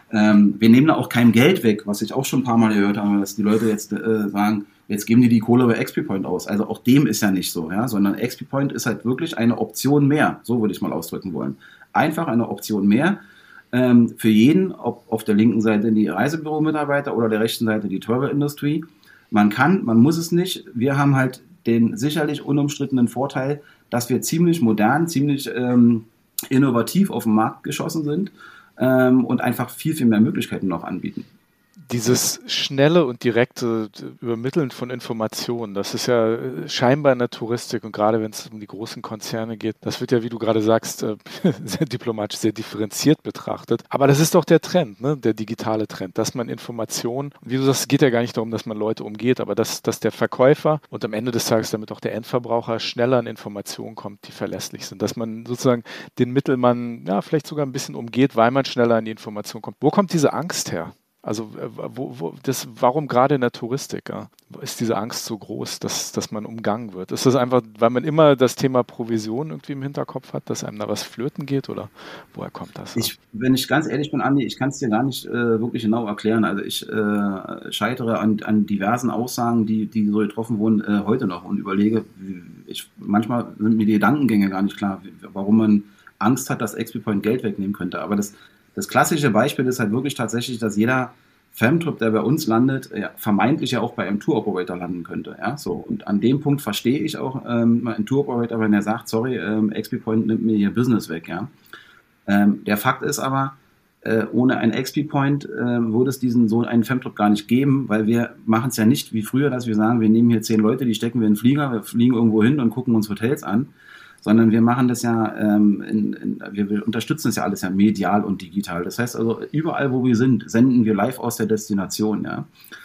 Wir nehmen da auch kein Geld weg, was ich auch schon ein paar Mal gehört habe, dass die Leute jetzt sagen, jetzt geben die Kohle bei XP Point aus. Also auch dem ist ja nicht so, ja, sondern XP Point ist halt wirklich eine Option mehr, so würde ich mal ausdrücken wollen. Einfach eine Option mehr für jeden, ob auf der linken Seite die Reisebüro-Mitarbeiter oder der rechten Seite die Travel-Industrie. Man muss es nicht. Wir haben halt den sicherlich unumstrittenen Vorteil, dass wir ziemlich modern, ziemlich innovativ auf den Markt geschossen sind und einfach viel, viel mehr Möglichkeiten noch anbieten. Dieses schnelle und direkte Übermitteln von Informationen, das ist ja scheinbar in der Touristik und gerade wenn es um die großen Konzerne geht, das wird ja, wie du gerade sagst, sehr diplomatisch, sehr differenziert betrachtet. Aber das ist doch der Trend, ne? Der digitale Trend, dass man Informationen, wie du sagst, es geht ja gar nicht darum, dass man Leute umgeht, aber dass der Verkäufer und am Ende des Tages damit auch der Endverbraucher schneller an Informationen kommt, die verlässlich sind. Dass man sozusagen den Mittelmann ja vielleicht sogar ein bisschen umgeht, weil man schneller an die Information kommt. Wo kommt diese Angst her? Also warum gerade in der Touristik ist diese Angst so groß, dass man umgangen wird? Ist das einfach, weil man immer das Thema Provision irgendwie im Hinterkopf hat, dass einem da was flöten geht oder woher kommt das? Wenn ich ganz ehrlich bin, Andi, ich kann es dir gar nicht wirklich genau erklären. Also ich scheitere an diversen Aussagen, die so getroffen wurden, heute noch und überlege, manchmal sind mir die Gedankengänge gar nicht klar, warum man Angst hat, dass XP Point Geld wegnehmen könnte. Aber das klassische Beispiel ist halt wirklich tatsächlich, dass jeder Femtrip, der bei uns landet, vermeintlich ja auch bei einem Tour-Operator landen könnte. Ja? So, und an dem Punkt verstehe ich auch einen Tour-Operator, wenn er sagt, sorry, XP Point nimmt mir hier Business weg. Ja? Der Fakt ist aber, ohne ein XP Point würde es so einen Femtrip gar nicht geben, weil wir machen es ja nicht wie früher, dass wir sagen, wir nehmen hier 10 Leute, die stecken wir in den Flieger, wir fliegen irgendwo hin und gucken uns Hotels an. Sondern wir machen das ja, wir unterstützen das ja alles ja medial und digital. Das heißt also, überall, wo wir sind, senden wir live aus der Destination, ja.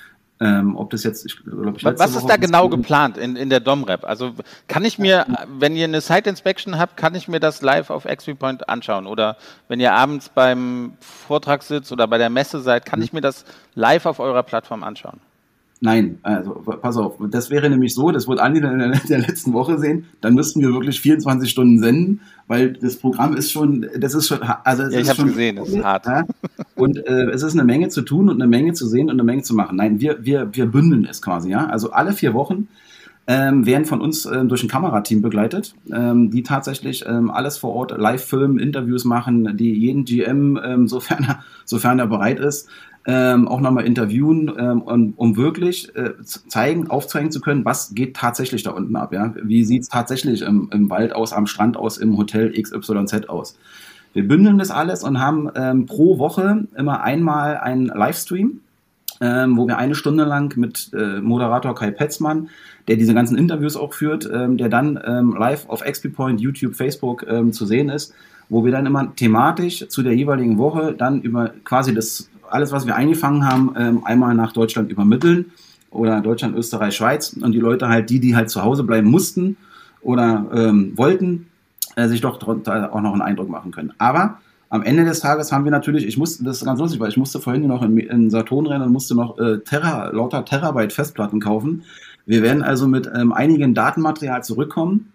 Ob das jetzt, was ist da genau geplant in der Domrep? Also kann ich mir, wenn ihr eine Site Inspection habt, kann ich mir das live auf XP Point anschauen? Oder wenn ihr abends beim Vortrag sitzt oder bei der Messe seid, kann ich mir das live auf eurer Plattform anschauen? Nein, also pass auf, das wäre nämlich so, das wird Andi in der letzten Woche sehen, dann müssten wir wirklich 24 Stunden senden, weil das Programm ist schon, also ich habe es gesehen, es ist hart. Ja? Und es ist eine Menge zu tun und eine Menge zu sehen und eine Menge zu machen. Nein, wir bündeln es quasi, ja. Also alle 4 Wochen werden von uns durch ein Kamerateam begleitet, die tatsächlich alles vor Ort live filmen, Interviews machen, die jeden GM, sofern er bereit ist, auch nochmal interviewen, um wirklich aufzeigen zu können, was geht tatsächlich da unten ab. Ja? Wie sieht es tatsächlich im Wald aus, am Strand aus, im Hotel XYZ aus. Wir bündeln das alles und haben pro Woche immer einmal einen Livestream, wo wir 1 Stunde lang mit Moderator Kai Petzmann, der diese ganzen Interviews auch führt, der dann live auf XP Point, YouTube, Facebook zu sehen ist, wo wir dann immer thematisch zu der jeweiligen Woche dann über quasi alles, was wir eingefangen haben, einmal nach Deutschland übermitteln oder Deutschland, Österreich, Schweiz und die Leute halt, die halt zu Hause bleiben mussten oder wollten, sich doch auch noch einen Eindruck machen können. Aber am Ende des Tages haben wir natürlich, das ist ganz lustig, weil ich musste vorhin noch in Saturn rennen und musste noch lauter Terabyte Festplatten kaufen. Wir werden also mit einigem Datenmaterial zurückkommen,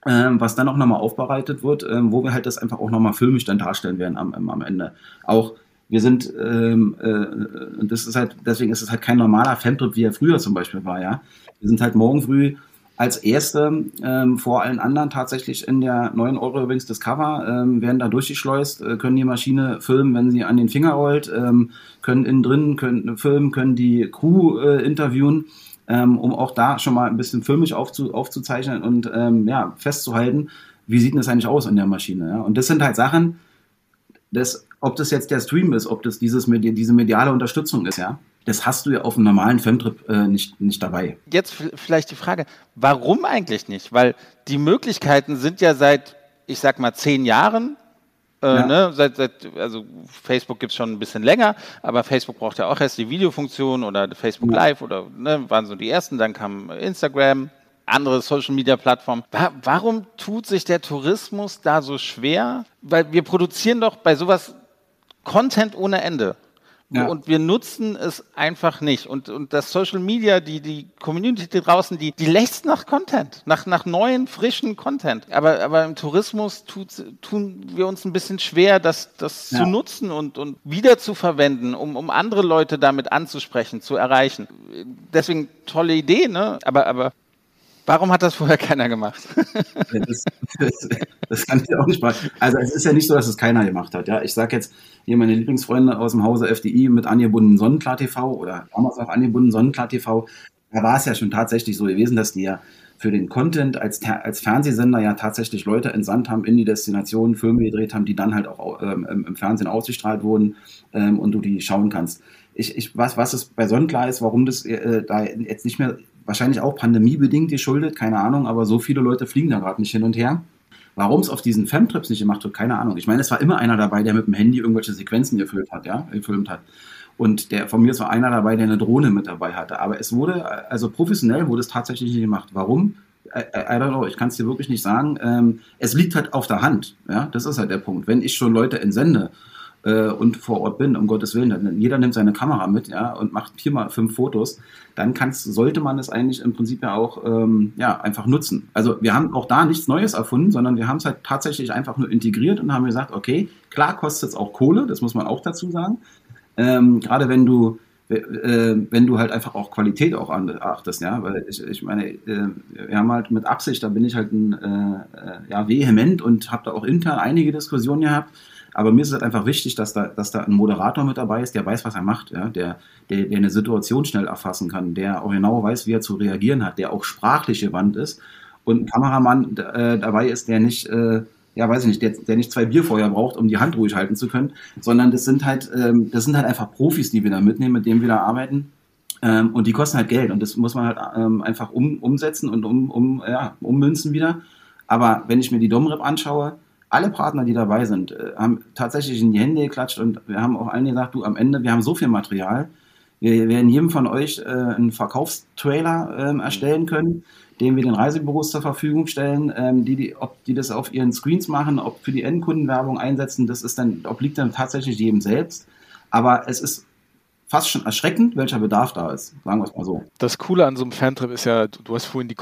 was dann auch nochmal aufbereitet wird, wo wir halt das einfach auch nochmal filmisch dann darstellen werden am Ende. Auch wir sind, und das ist halt, deswegen ist es halt kein normaler Femtrip, wie er früher zum Beispiel war, ja. Wir sind halt morgen früh als Erste vor allen anderen tatsächlich in der neuen Eurowings Discover, werden da durchgeschleust, können die Maschine filmen, wenn sie an den Finger rollt, können innen drin filmen, können die Crew interviewen, um auch da schon mal ein bisschen filmisch aufzuzeichnen und festzuhalten, wie sieht denn das eigentlich aus in der Maschine. Ja? Und das sind halt Sachen, ob das jetzt der Stream ist, ob das diese mediale Unterstützung ist, ja, das hast du ja auf einem normalen Femtrip nicht dabei. Jetzt vielleicht die Frage, warum eigentlich nicht? Weil die Möglichkeiten sind ja seit, ich sag mal, 10 Jahren, also Facebook gibt es schon ein bisschen länger, aber Facebook braucht ja auch erst die Videofunktion oder Facebook Live oder waren so die ersten, dann kam Instagram, andere Social-Media-Plattformen. Warum tut sich der Tourismus da so schwer? Weil wir produzieren doch bei sowas Content ohne Ende. Ja. Und wir nutzen es einfach nicht. Und das Social Media, die Community draußen, die lächzt nach Content, nach neuen, frischen Content. Aber im Tourismus tun wir uns ein bisschen schwer, das zu nutzen und wieder zu verwenden, um andere Leute damit anzusprechen, zu erreichen. Deswegen tolle Idee, ne? Aber warum hat das vorher keiner gemacht? Das kann ich auch nicht machen. Also es ist ja nicht so, dass es keiner gemacht hat. Ja? Ich sage jetzt hier meine Lieblingsfreunde aus dem Hause FDI mit angebunden Sonnenklar TV oder damals auch angebunden Sonnenklar TV. Da war es ja schon tatsächlich so gewesen, dass die ja für den Content als Fernsehsender ja tatsächlich Leute entsandt haben in die Destination, Filme gedreht haben, die dann halt auch im Fernsehen ausgestrahlt wurden und du die schauen kannst. Was es bei Sonnenklar ist, warum das da jetzt nicht mehr, wahrscheinlich auch pandemiebedingt geschuldet, keine Ahnung, aber so viele Leute fliegen da gerade nicht hin und her. Warum es auf diesen Femtrips nicht gemacht wird, keine Ahnung. Ich meine, es war immer einer dabei, der mit dem Handy irgendwelche Sequenzen gefilmt hat. Und von mir ist war einer dabei, der eine Drohne mit dabei hatte. Aber es wurde, also professionell wurde es tatsächlich nicht gemacht. Warum? I don't know, ich kann es dir wirklich nicht sagen. Es liegt halt auf der Hand. Ja? Das ist halt der Punkt. Wenn ich schon Leute entsende und vor Ort bin, um Gottes Willen, dann jeder nimmt seine Kamera mit, ja, und macht 4x5 Fotos, dann sollte man es eigentlich im Prinzip ja auch einfach nutzen. Also wir haben auch da nichts Neues erfunden, sondern wir haben es halt tatsächlich einfach nur integriert und haben gesagt, okay, klar kostet es auch Kohle, das muss man auch dazu sagen. Gerade wenn du halt einfach auch Qualität auch achtest, ja, weil ich meine, wir haben halt mit Absicht, da bin ich halt vehement und habe da auch intern einige Diskussionen gehabt. Aber mir ist es halt einfach wichtig, dass da ein Moderator mit dabei ist, der weiß, was er macht, ja? der eine Situation schnell erfassen kann, der auch genau weiß, wie er zu reagieren hat, der auch sprachlich gewandt ist und ein Kameramann dabei ist, der nicht, der nicht 2 Bier vorher braucht, um die Hand ruhig halten zu können, sondern das sind halt einfach Profis, die wir da mitnehmen, mit denen wir da arbeiten. Und die kosten halt Geld und das muss man halt einfach umsetzen und ummünzen wieder. Aber wenn ich mir die Domrep anschaue, alle Partner, die dabei sind, haben tatsächlich in die Hände geklatscht und wir haben auch allen gesagt, du, am Ende, wir haben so viel Material, wir werden jedem von euch einen Verkaufstrailer erstellen können, den wir den Reisebüros zur Verfügung stellen, ob die das auf ihren Screens machen, ob für die Endkundenwerbung einsetzen, obliegt dann tatsächlich jedem selbst. Aber es ist fast schon erschreckend, welcher Bedarf da ist, sagen wir es mal so. Das Coole an so einem Fantrip ist ja, du hast vorhin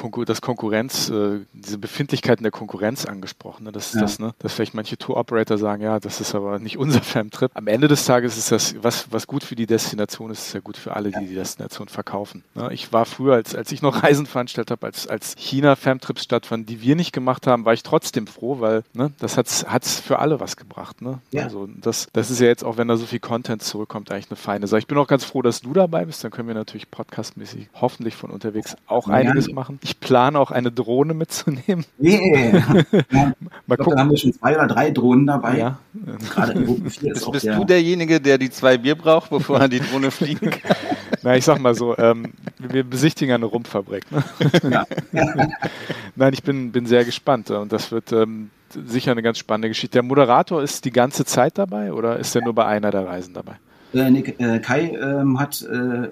diese Befindlichkeiten der Konkurrenz angesprochen, ne? Dass vielleicht manche Tour-Operator sagen, ja, das ist aber nicht unser Fantrip. Am Ende des Tages ist das, was gut für die Destination ist, ist ja gut für alle, die Destination verkaufen. Ne? Ich war früher, als ich noch Reisen veranstaltet habe, als China-Fantrips stattfanden, die wir nicht gemacht haben, war ich trotzdem froh, weil das hat's für alle was gebracht. Ne? Ja. Also das ist ja jetzt auch, wenn da so viel Content zurückkommt, eigentlich eine feine Sache. Ich bin auch ganz froh, dass du dabei bist. Dann können wir natürlich podcastmäßig hoffentlich von unterwegs auch einiges machen. Ich plane auch eine Drohne mitzunehmen. Mal gucken. Da haben wir schon 2 oder 3 Drohnen dabei. Ja. Gerade in Gruppe 4 ist bist du derjenige, der die 2 Bier braucht, bevor er die Drohne fliegen kann? Na, ich sag mal so, wir besichtigen eine Rumpfabrik. Ne? Ja. Nein, ich bin sehr gespannt und das wird sicher eine ganz spannende Geschichte. Der Moderator ist die ganze Zeit dabei oder ist er nur bei einer der Reisen dabei? Kai hat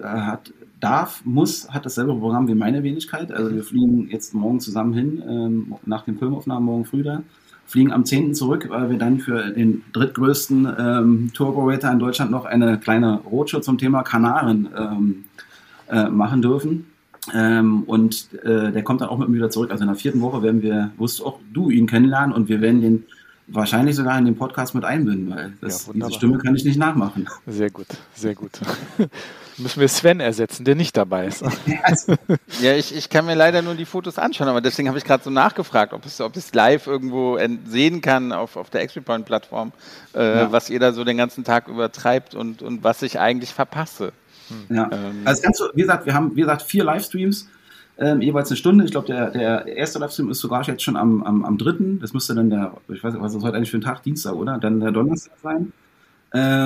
dasselbe Programm wie meine Wenigkeit. Also wir fliegen jetzt morgen zusammen hin, nach den Filmaufnahmen morgen früh da. Fliegen am 10. zurück, weil wir dann für den drittgrößten Tour-Operator in Deutschland noch eine kleine Roadshow zum Thema Kanaren machen dürfen. Der kommt dann auch mit mir wieder zurück. Also in der 4. Woche wirst auch du ihn kennenlernen und wir werden den wahrscheinlich sogar in den Podcast mit einbinden, weil diese Stimme kann ich nicht nachmachen. Sehr gut, sehr gut. Müssen wir Sven ersetzen, der nicht dabei ist. Ja, ich kann mir leider nur die Fotos anschauen, aber deswegen habe ich gerade so nachgefragt, ob es live irgendwo sehen kann auf der XP-Point-Plattform, was ihr da so den ganzen Tag übertreibt und was ich eigentlich verpasse. Ja, also wie gesagt, wir haben 4 Livestreams, jeweils eine Stunde. Ich glaube, der erste Livestream ist sogar jetzt schon am 3. Das müsste dann ich weiß nicht, was ist heute eigentlich für ein Tag? Dienstag, oder? Dann der Donnerstag sein. Da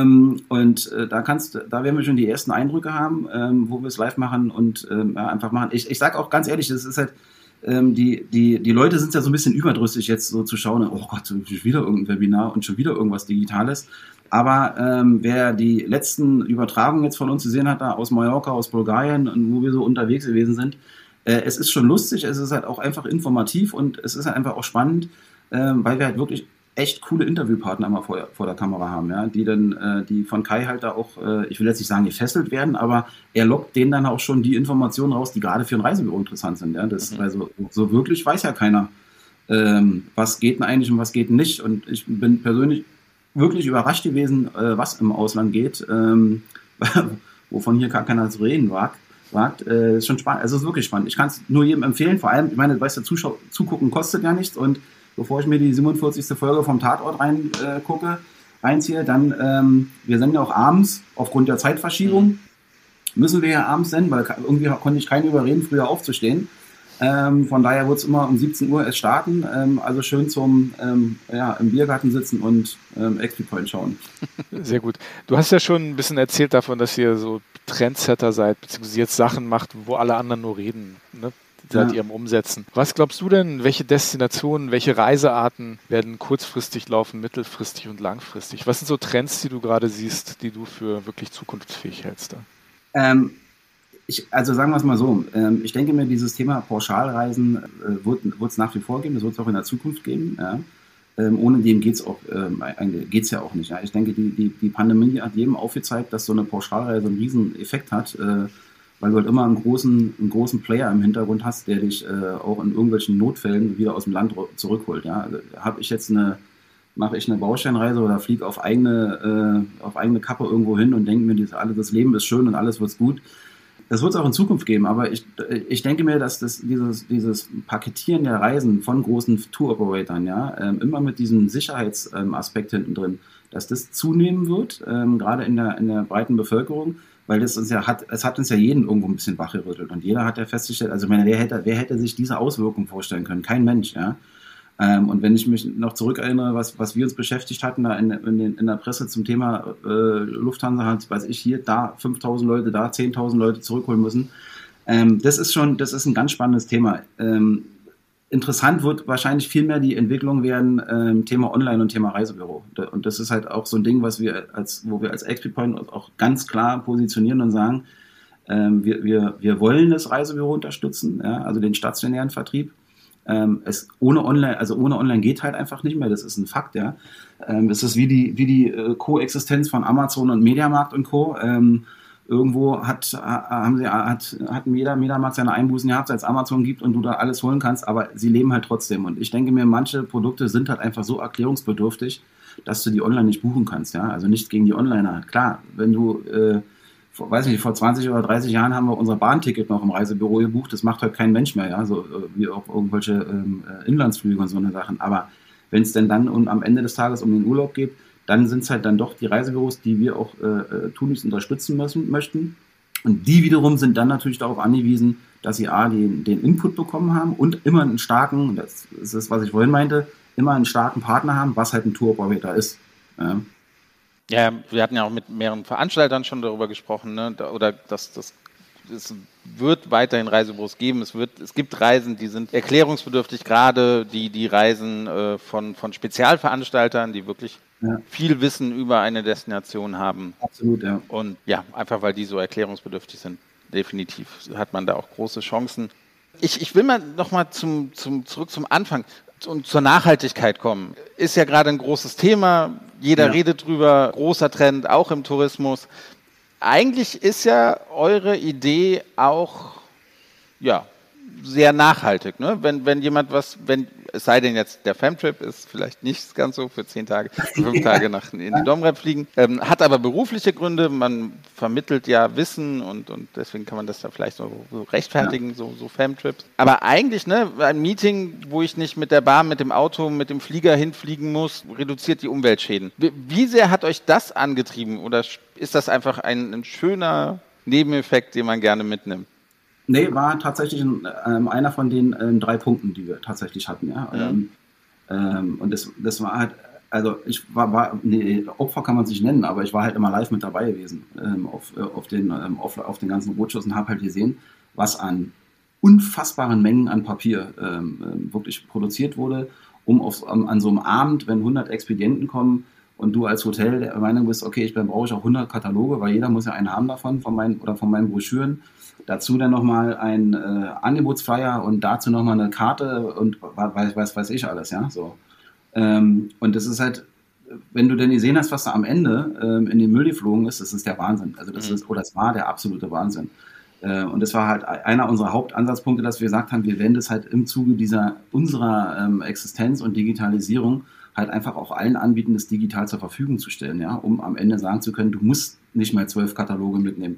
werden wir schon die ersten Eindrücke haben, wo wir es live machen und einfach machen. Ich sage auch ganz ehrlich, das ist halt, die Leute sind ja so ein bisschen überdrüssig jetzt so zu schauen, oh Gott, schon wieder irgendein Webinar und schon wieder irgendwas Digitales. Aber wer die letzten Übertragungen jetzt von uns gesehen hat, da aus Mallorca, aus Bulgarien, wo wir so unterwegs gewesen sind, es ist schon lustig, es ist halt auch einfach informativ und es ist halt einfach auch spannend, weil wir halt wirklich echt coole Interviewpartner immer vor der Kamera haben, ja, die von Kai halt da auch, ich will jetzt nicht sagen gefesselt werden, aber er lockt denen dann auch schon die Informationen raus, die gerade für ein Reisebüro interessant sind, ja, also so wirklich weiß ja keiner, was geht denn eigentlich und was geht nicht und ich bin persönlich wirklich überrascht gewesen, was im Ausland geht, wovon hier gar keiner zu reden wagt. Ist schon spannend, also ist wirklich spannend. Ich kann es nur jedem empfehlen, vor allem, ich meine, weißt du, zugucken kostet ja nichts und bevor ich mir die 47. Folge vom Tatort reinziehe, dann, wir senden ja auch abends, aufgrund der Zeitverschiebung, müssen wir ja abends senden, weil irgendwie konnte ich keinen überreden, früher aufzustehen. Von daher wird es immer um 17 Uhr erst starten, also schön im Biergarten sitzen und XP-Point schauen. Sehr gut. Du hast ja schon ein bisschen erzählt davon, dass ihr so Trendsetter seid, beziehungsweise jetzt Sachen macht, wo alle anderen nur reden, ne? Seit ihrem Umsetzen. Was glaubst du denn, welche Destinationen, welche Reisearten werden kurzfristig laufen, mittelfristig und langfristig? Was sind so Trends, die du gerade siehst, die du für wirklich zukunftsfähig hältst? Also sagen wir es mal so, ich denke mir, dieses Thema Pauschalreisen wird es nach wie vor geben, das wird es auch in der Zukunft geben. Ja. Ohne dem geht's ja auch nicht. Ja. Ich denke, die Pandemie hat jedem aufgezeigt, dass so eine Pauschalreise einen riesen Effekt hat, weil du halt immer einen großen Player im Hintergrund hast, der dich auch in irgendwelchen Notfällen wieder aus dem Land zurückholt. Ja. Also, mache ich eine Baustellenreise oder fliege auf eigene Kappe irgendwo hin und denke mir, das Leben ist schön und alles wird gut. Das wird es auch in Zukunft geben, aber ich denke mir, dass dieses Paketieren der Reisen von großen Tour-Operatoren, ja, immer mit diesem Sicherheitsaspekt hinten drin, dass das zunehmen wird, gerade in der breiten Bevölkerung, weil es hat uns ja jeden irgendwo ein bisschen wachgerüttelt und jeder hat ja festgestellt, also wer hätte sich diese Auswirkungen vorstellen können? Kein Mensch, ja. Und wenn ich mich noch zurückerinnere, was wir uns beschäftigt hatten da in der Presse zum Thema Lufthansa hat, weiß ich, hier, da 5.000 Leute, da 10.000 Leute zurückholen müssen. Das ist ein ganz spannendes Thema. Interessant wird wahrscheinlich viel mehr die Entwicklung werden, Thema Online und Thema Reisebüro. Und das ist halt auch so ein Ding, wo wir als XP-Point auch ganz klar positionieren und sagen, wir wollen das Reisebüro unterstützen, ja, also den stationären Vertrieb. Ohne Online geht halt einfach nicht mehr, das ist ein Fakt, ja. Das ist wie die Koexistenz von Amazon und Mediamarkt und Co. Irgendwo hat jeder Mediamarkt seine Einbußen gehabt, seit es Amazon gibt und du da alles holen kannst, aber sie leben halt trotzdem. Und ich denke mir, manche Produkte sind halt einfach so erklärungsbedürftig, dass du die online nicht buchen kannst, ja. Also nicht gegen die Onliner. Klar, wenn du vor 20 oder 30 Jahren haben wir unser Bahnticket noch im Reisebüro gebucht. Das macht heute kein Mensch mehr, ja, so wie auch irgendwelche Inlandsflüge und so eine Sachen. Aber wenn es denn dann am Ende des Tages um den Urlaub geht, dann sind es halt dann doch die Reisebüros, die wir auch tunlichst unterstützen möchten. Und die wiederum sind dann natürlich darauf angewiesen, dass sie den Input bekommen haben und immer einen starken, das ist das, was ich vorhin meinte, immer einen starken Partner haben, was halt ein Tour-Operator ist. Ja. Ja, wir hatten ja auch mit mehreren Veranstaltern schon darüber gesprochen, ne? Oder es wird weiterhin Reisebüros geben. Es gibt Reisen, die sind erklärungsbedürftig, gerade die Reisen von Spezialveranstaltern, die wirklich viel Wissen über eine Destination haben. Absolut, ja. Und ja, einfach weil die so erklärungsbedürftig sind, definitiv hat man da auch große Chancen. Ich will mal nochmal zurück zum Anfang und zur Nachhaltigkeit kommen. Ist ja gerade ein großes Thema. Jeder redet drüber. Großer Trend, auch im Tourismus. Eigentlich ist ja eure Idee auch sehr nachhaltig, ne? Wenn jemand es sei denn jetzt der Femtrip ist vielleicht nicht ganz so für 10 Tage, 5 Tage in die Domrep fliegen, hat aber berufliche Gründe, man vermittelt ja Wissen und deswegen kann man das da vielleicht so rechtfertigen, so Femtrips. Aber eigentlich, ne, ein Meeting, wo ich nicht mit der Bahn, mit dem Auto, mit dem Flieger hinfliegen muss, reduziert die Umweltschäden. Wie sehr hat euch das angetrieben oder ist das einfach ein schöner Nebeneffekt, den man gerne mitnimmt? Nee, war tatsächlich einer von den 3 Punkten, die wir tatsächlich hatten. Ja? Und das war halt, also ich Opfer kann man sich nennen, aber ich war halt immer live mit dabei gewesen auf den ganzen Roadshows und habe halt gesehen, was an unfassbaren Mengen an Papier wirklich produziert wurde, um an so einem Abend, wenn 100 Expedienten kommen und du als Hotel der Meinung bist, okay, brauche ich auch 100 Kataloge, weil jeder muss ja einen haben davon, von meinen Broschüren. Dazu dann nochmal ein Angebotsflyer und dazu nochmal eine Karte und weiß ich alles, ja, so. Und das ist halt, wenn du denn gesehen hast, was da am Ende in den Müll geflogen ist, das ist der Wahnsinn. Also es war der absolute Wahnsinn. Und das war halt einer unserer Hauptansatzpunkte, dass wir gesagt haben, wir werden das halt im Zuge unserer Existenz und Digitalisierung halt einfach auch allen anbieten, das digital zur Verfügung zu stellen, ja, um am Ende sagen zu können, du musst nicht mal 12 Kataloge mitnehmen.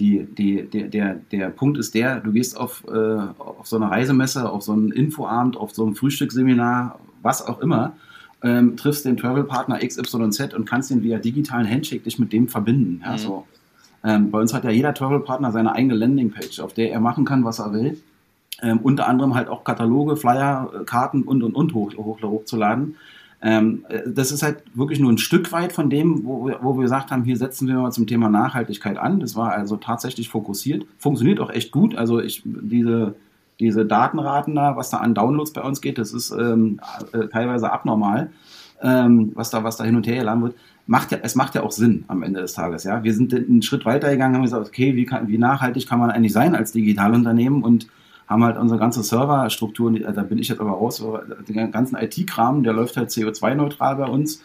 Der Punkt ist du gehst auf so eine Reisemesse, auf so einen Infoabend, auf so ein Frühstücksseminar, was auch immer, triffst den Travel-Partner XYZ und kannst den via digitalen Handshake dich mit dem verbinden. Ja, so. Bei uns hat ja jeder Travel-Partner seine eigene Landingpage, auf der er machen kann, was er will. Unter anderem halt auch Kataloge, Flyer, Karten und hochzuladen. Das ist halt wirklich nur ein Stück weit von dem, wo wir gesagt haben, hier setzen wir mal zum Thema Nachhaltigkeit an. Das war also tatsächlich fokussiert. Funktioniert auch echt gut. Also diese Datenraten da, was da an Downloads bei uns geht, das ist teilweise abnormal, was da hin und her geladen wird. Es macht ja auch Sinn am Ende des Tages. Ja? Wir sind einen Schritt weiter gegangen, haben gesagt, okay, wie nachhaltig kann man eigentlich sein als Digitalunternehmen und haben halt unsere ganze Serverstruktur, da bin ich jetzt aber raus, den ganzen IT-Kram, der läuft halt CO2-neutral bei uns.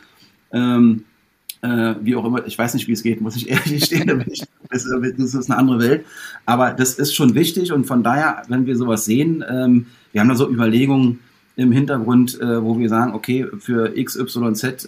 Wie auch immer, ich weiß nicht, wie es geht, muss ich ehrlich gestehen, das ist eine andere Welt. Aber das ist schon wichtig und von daher, wenn wir sowas sehen, wir haben da so Überlegungen im Hintergrund, wo wir sagen, okay, für XYZ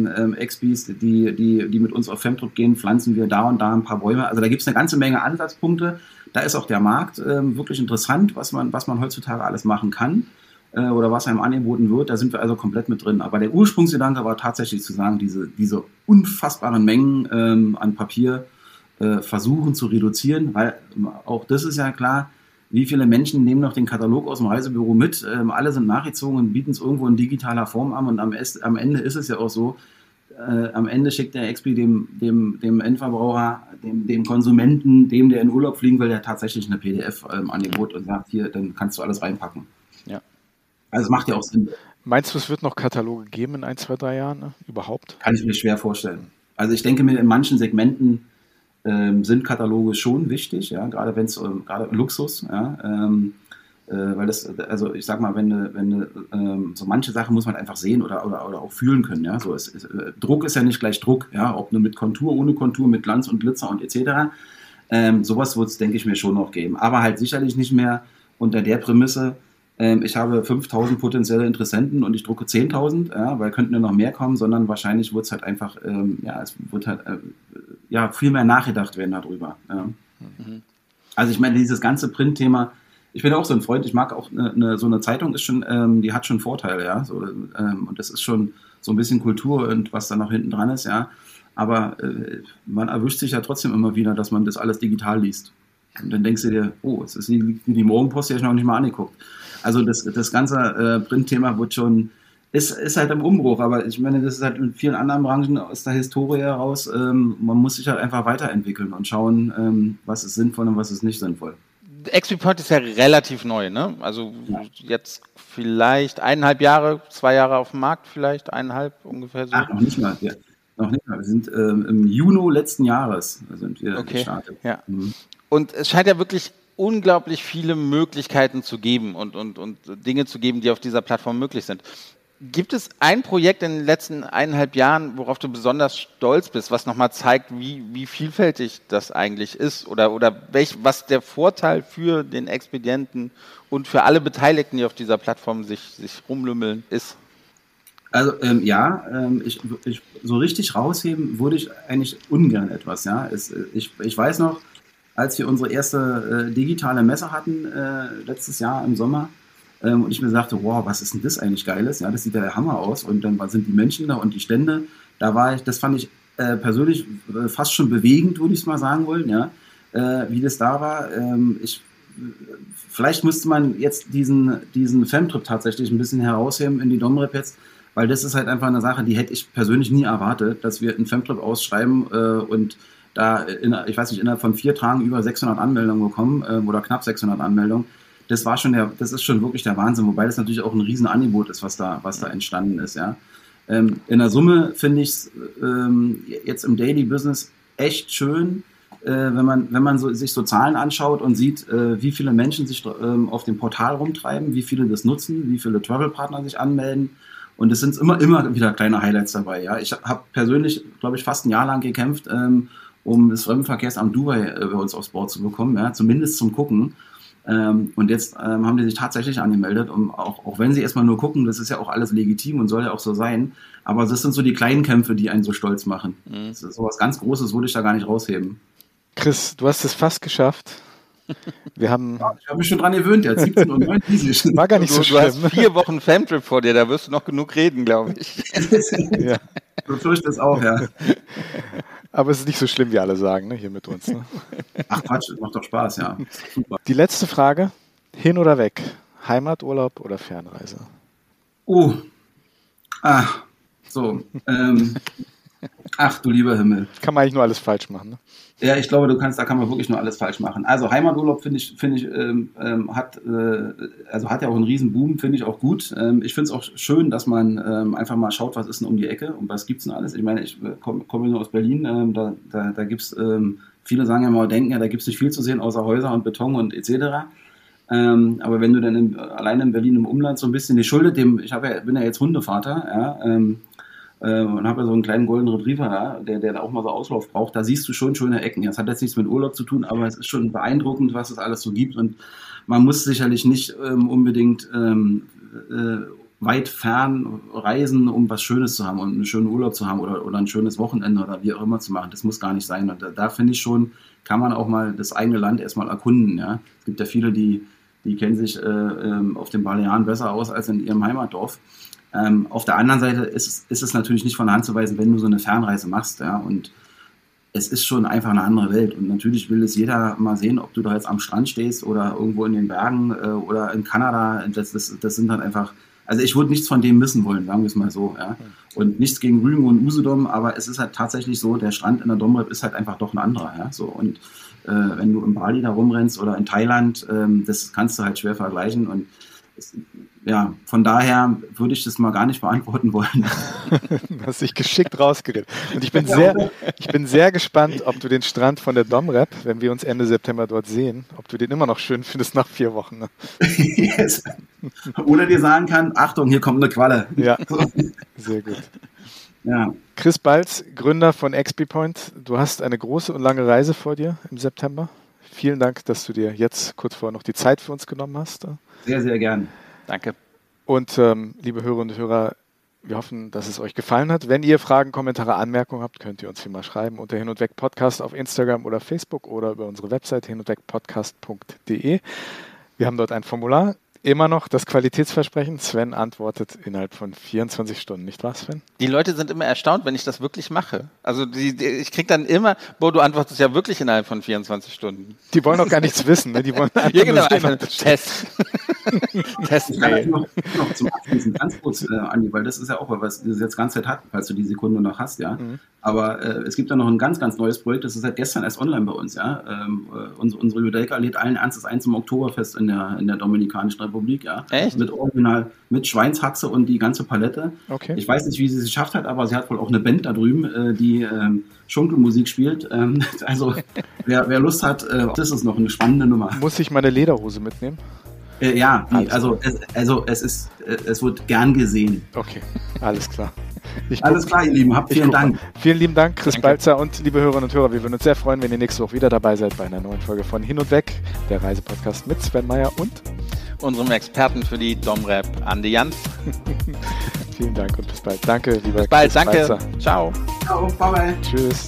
XPs, die mit uns auf Femtrip gehen, pflanzen wir da und da ein paar Bäume. Also da gibt es eine ganze Menge Ansatzpunkte. Da ist auch der Markt wirklich interessant, was man heutzutage alles machen kann oder was einem angeboten wird. Da sind wir also komplett mit drin. Aber der Ursprungsgedanke war tatsächlich zu sagen, diese unfassbaren Mengen an Papier versuchen zu reduzieren, weil auch das ist ja klar, wie viele Menschen nehmen noch den Katalog aus dem Reisebüro mit, alle sind nachgezogen und bieten es irgendwo in digitaler Form an und am Ende ist es ja auch so, am Ende schickt der XP dem Endverbraucher, dem Konsumenten, der in Urlaub fliegen will, der tatsächlich eine PDF-Angebot und sagt, hier, dann kannst du alles reinpacken. Ja. Also es macht ja auch Sinn. Meinst du, es wird noch Kataloge geben in 1, 2, 3 Jahren überhaupt? Kann ich mir schwer vorstellen. Also ich denke mir, in manchen Segmenten sind Kataloge schon wichtig, ja, gerade gerade Luxus, ja, weil das, also ich sag mal, wenn so manche Sachen muss man einfach sehen oder auch fühlen können, ja, so Druck ist ja nicht gleich Druck, ja, ob nur mit Kontur, ohne Kontur, mit Glanz und Glitzer und etc. Sowas wird es, denke ich mir, schon noch geben, aber halt sicherlich nicht mehr unter der Prämisse, ich habe 5.000 potenzielle Interessenten und ich drucke 10.000, ja, weil könnten ja noch mehr kommen, sondern wahrscheinlich wird es halt einfach, es wird halt viel mehr nachgedacht werden darüber. Ja. Mhm. Also ich meine, dieses ganze Print-Thema, ich bin auch so ein Freund, ich mag auch so eine Zeitung ist schon, die hat schon Vorteile, ja, so, und das ist schon so ein bisschen Kultur und was da noch hinten dran ist, ja, aber man erwischt sich ja trotzdem immer wieder, dass man das alles digital liest. Und dann denkst du dir, oh, es ist die Morgenpost, die habe ich noch nicht mal angeguckt. Also das ganze Print-Thema wird schon, ist halt im Umbruch, aber ich meine, das ist halt in vielen anderen Branchen aus der Historie heraus, man muss sich halt einfach weiterentwickeln und schauen, was ist sinnvoll und was ist nicht sinnvoll. XP-Point ist ja relativ neu, ne? Also jetzt vielleicht 1,5 Jahre, 2 Jahre auf dem Markt, vielleicht 1,5 ungefähr so. Ach, noch nicht mal, ja. Noch nicht mal. Wir sind im Juni letzten Jahres sind wir gestartet. Ja. Mhm. Und es scheint ja wirklich unglaublich viele Möglichkeiten zu geben und Dinge zu geben, die auf dieser Plattform möglich sind. Gibt es ein Projekt in den letzten 1,5 Jahren, worauf du besonders stolz bist, was nochmal zeigt, wie vielfältig das eigentlich ist oder was der Vorteil für den Expedienten und für alle Beteiligten, die auf dieser Plattform sich rumlümmeln, ist? Also ich so richtig rausheben würde ich eigentlich ungern etwas. Ja, ich weiß noch, als wir unsere erste digitale Messe hatten letztes Jahr im Sommer und ich mir sagte, wow, was ist denn das eigentlich Geiles? Ja, das sieht ja der Hammer aus. Und dann sind die Menschen da und die Stände. Das fand ich persönlich fast schon bewegend, würde ich es mal sagen wollen. Ja, wie das da war. Vielleicht müsste man jetzt diesen Femtrip tatsächlich ein bisschen herausheben in die Domrep jetzt. Weil das ist halt einfach eine Sache, die hätte ich persönlich nie erwartet, dass wir einen Femtrip ausschreiben und da, innerhalb von 4 Tagen über 600 Anmeldungen bekommen oder knapp 600 Anmeldungen. Das ist schon wirklich der Wahnsinn, wobei das natürlich auch ein Riesen-Angebot ist, was da entstanden ist. Ja. In der Summe finde ich es jetzt im Daily Business echt schön, wenn man sich so Zahlen anschaut und sieht, wie viele Menschen sich auf dem Portal rumtreiben, wie viele das nutzen, wie viele Travel-Partner sich anmelden. Und es sind immer wieder kleine Highlights dabei. Ja. Ich habe persönlich, glaube ich, fast ein Jahr lang gekämpft, um das Fremdenverkehrsamt Dubai bei uns aufs Board zu bekommen, ja, zumindest zum Gucken. Und jetzt haben die sich tatsächlich angemeldet, auch wenn sie erstmal nur gucken, das ist ja auch alles legitim und soll ja auch so sein. Aber das sind so die kleinen Kämpfe, die einen so stolz machen. Das ist sowas ganz Großes, würde ich da gar nicht rausheben. Chris, du hast es fast geschafft. Ich habe mich schon dran gewöhnt, jetzt 17 und 9 easy. War gar nicht so schlimm. Du hast 4 Wochen Femtrip vor dir, da wirst du noch genug reden, glaube ich. Ja. So fürchte es auch, ja. Aber es ist nicht so schlimm, wie alle sagen, ne, hier mit uns. Ne? Ach Quatsch, macht doch Spaß, ja. Super. Die letzte Frage, hin oder weg? Heimaturlaub oder Fernreise? Ach du lieber Himmel. Kann man eigentlich nur alles falsch machen, ne? Ja, ich glaube, da kann man wirklich nur alles falsch machen. Also Heimaturlaub finde ich hat ja auch einen riesen Boom, finde ich auch gut. Ich finde es auch schön, dass man einfach mal schaut, was ist denn um die Ecke und was gibt's denn alles. Ich meine, ich komme nur aus Berlin, da gibt's viele sagen ja mal, denken ja, da gibt's nicht viel zu sehen außer Häuser und Beton und etc. Aber wenn du dann alleine in Berlin im Umland so ein bisschen die Schulde bin ja jetzt Hundevater, ja, und habe ja so einen kleinen Golden Retriever da, der auch mal so Auslauf braucht, da siehst du schon schöne Ecken. Das hat jetzt nichts mit Urlaub zu tun, aber es ist schon beeindruckend, was es alles so gibt und man muss sicherlich nicht unbedingt weit fern reisen, um was Schönes zu haben und einen schönen Urlaub zu haben oder ein schönes Wochenende oder wie auch immer zu machen. Das muss gar nicht sein. Und da finde ich schon, kann man auch mal das eigene Land erstmal erkunden. Ja? Es gibt ja viele, die kennen sich auf den Balearen besser aus als in ihrem Heimatdorf. Auf der anderen Seite ist es natürlich nicht von der Hand zu weisen, wenn du so eine Fernreise machst, ja, und es ist schon einfach eine andere Welt und natürlich will es jeder mal sehen, ob du da jetzt am Strand stehst oder irgendwo in den Bergen oder in Kanada, das sind dann einfach, also ich würde nichts von dem missen wollen, sagen wir es mal so, ja, und nichts gegen Rügen und Usedom, aber es ist halt tatsächlich so, der Strand in der Domrep ist halt einfach doch ein anderer, ja, so und wenn du in Bali da rumrennst oder in Thailand, das kannst du halt schwer vergleichen und ja, von daher würde ich das mal gar nicht beantworten wollen. Du hast dich geschickt rausgeredet. Und ich bin sehr gespannt, ob du den Strand von der Domrep, wenn wir uns Ende September dort sehen, ob du den immer noch schön findest nach 4 Wochen. Ne? Yes. Oder dir sagen kann, Achtung, hier kommt eine Qualle. Ja, sehr gut. Ja. Chris Balz, Gründer von XP-Point. Du hast eine große und lange Reise vor dir im September. Vielen Dank, dass du dir jetzt kurz vorher noch die Zeit für uns genommen hast. Sehr, sehr gern. Danke. Und liebe Hörerinnen und Hörer, wir hoffen, dass es euch gefallen hat. Wenn ihr Fragen, Kommentare, Anmerkungen habt, könnt ihr uns hier mal schreiben unter Hin und Weg Podcast auf Instagram oder Facebook oder über unsere Website hinundwegpodcast.de. Wir haben dort ein Formular. Immer noch das Qualitätsversprechen. Sven antwortet innerhalb von 24 Stunden, nicht wahr, Sven? Die Leute sind immer erstaunt, wenn ich das wirklich mache. Also ich kriege dann immer, du antwortest ja wirklich innerhalb von 24 Stunden. Die wollen auch gar nichts wissen, ne? Die wollen einfach nur sehen, Test. Testmail. Noch zum Abschließen ganz kurz, Andi, weil das ist ja auch, was du jetzt ganz Zeit hat, falls du die Sekunde noch hast, ja. Mhm. Aber es gibt ja noch ein ganz, ganz neues Projekt, das ist seit gestern erst online bei uns, ja. Unsere Judelka lädt allen Ernstes ein zum Oktoberfest in der Dominikanischen Republik, ja. Echt? Mit Schweinshaxe und die ganze Palette. Okay. Ich weiß nicht, wie sie es geschafft hat, aber sie hat wohl auch eine Band da drüben, die Schunkelmusik spielt. Also wer Lust hat, das ist noch eine spannende Nummer. Muss ich meine Lederhose mitnehmen? Es wird gern gesehen. Okay, alles klar. Alles klar, ihr Lieben. Vielen Dank. Vielen lieben Dank, Chris Balzer und liebe Hörerinnen und Hörer. Wir würden uns sehr freuen, wenn ihr nächste Woche wieder dabei seid bei einer neuen Folge von Hin und Weg, der Reisepodcast mit Sven Meyer und unserem Experten für die Domrep, Andi Jans. Vielen Dank und bis bald. Danke, lieber Bis bald, Chris danke. Balzer. Ciao. Ciao, bye. Tschüss.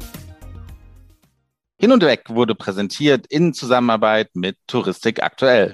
Hin und Weg wurde präsentiert in Zusammenarbeit mit Touristik aktuell.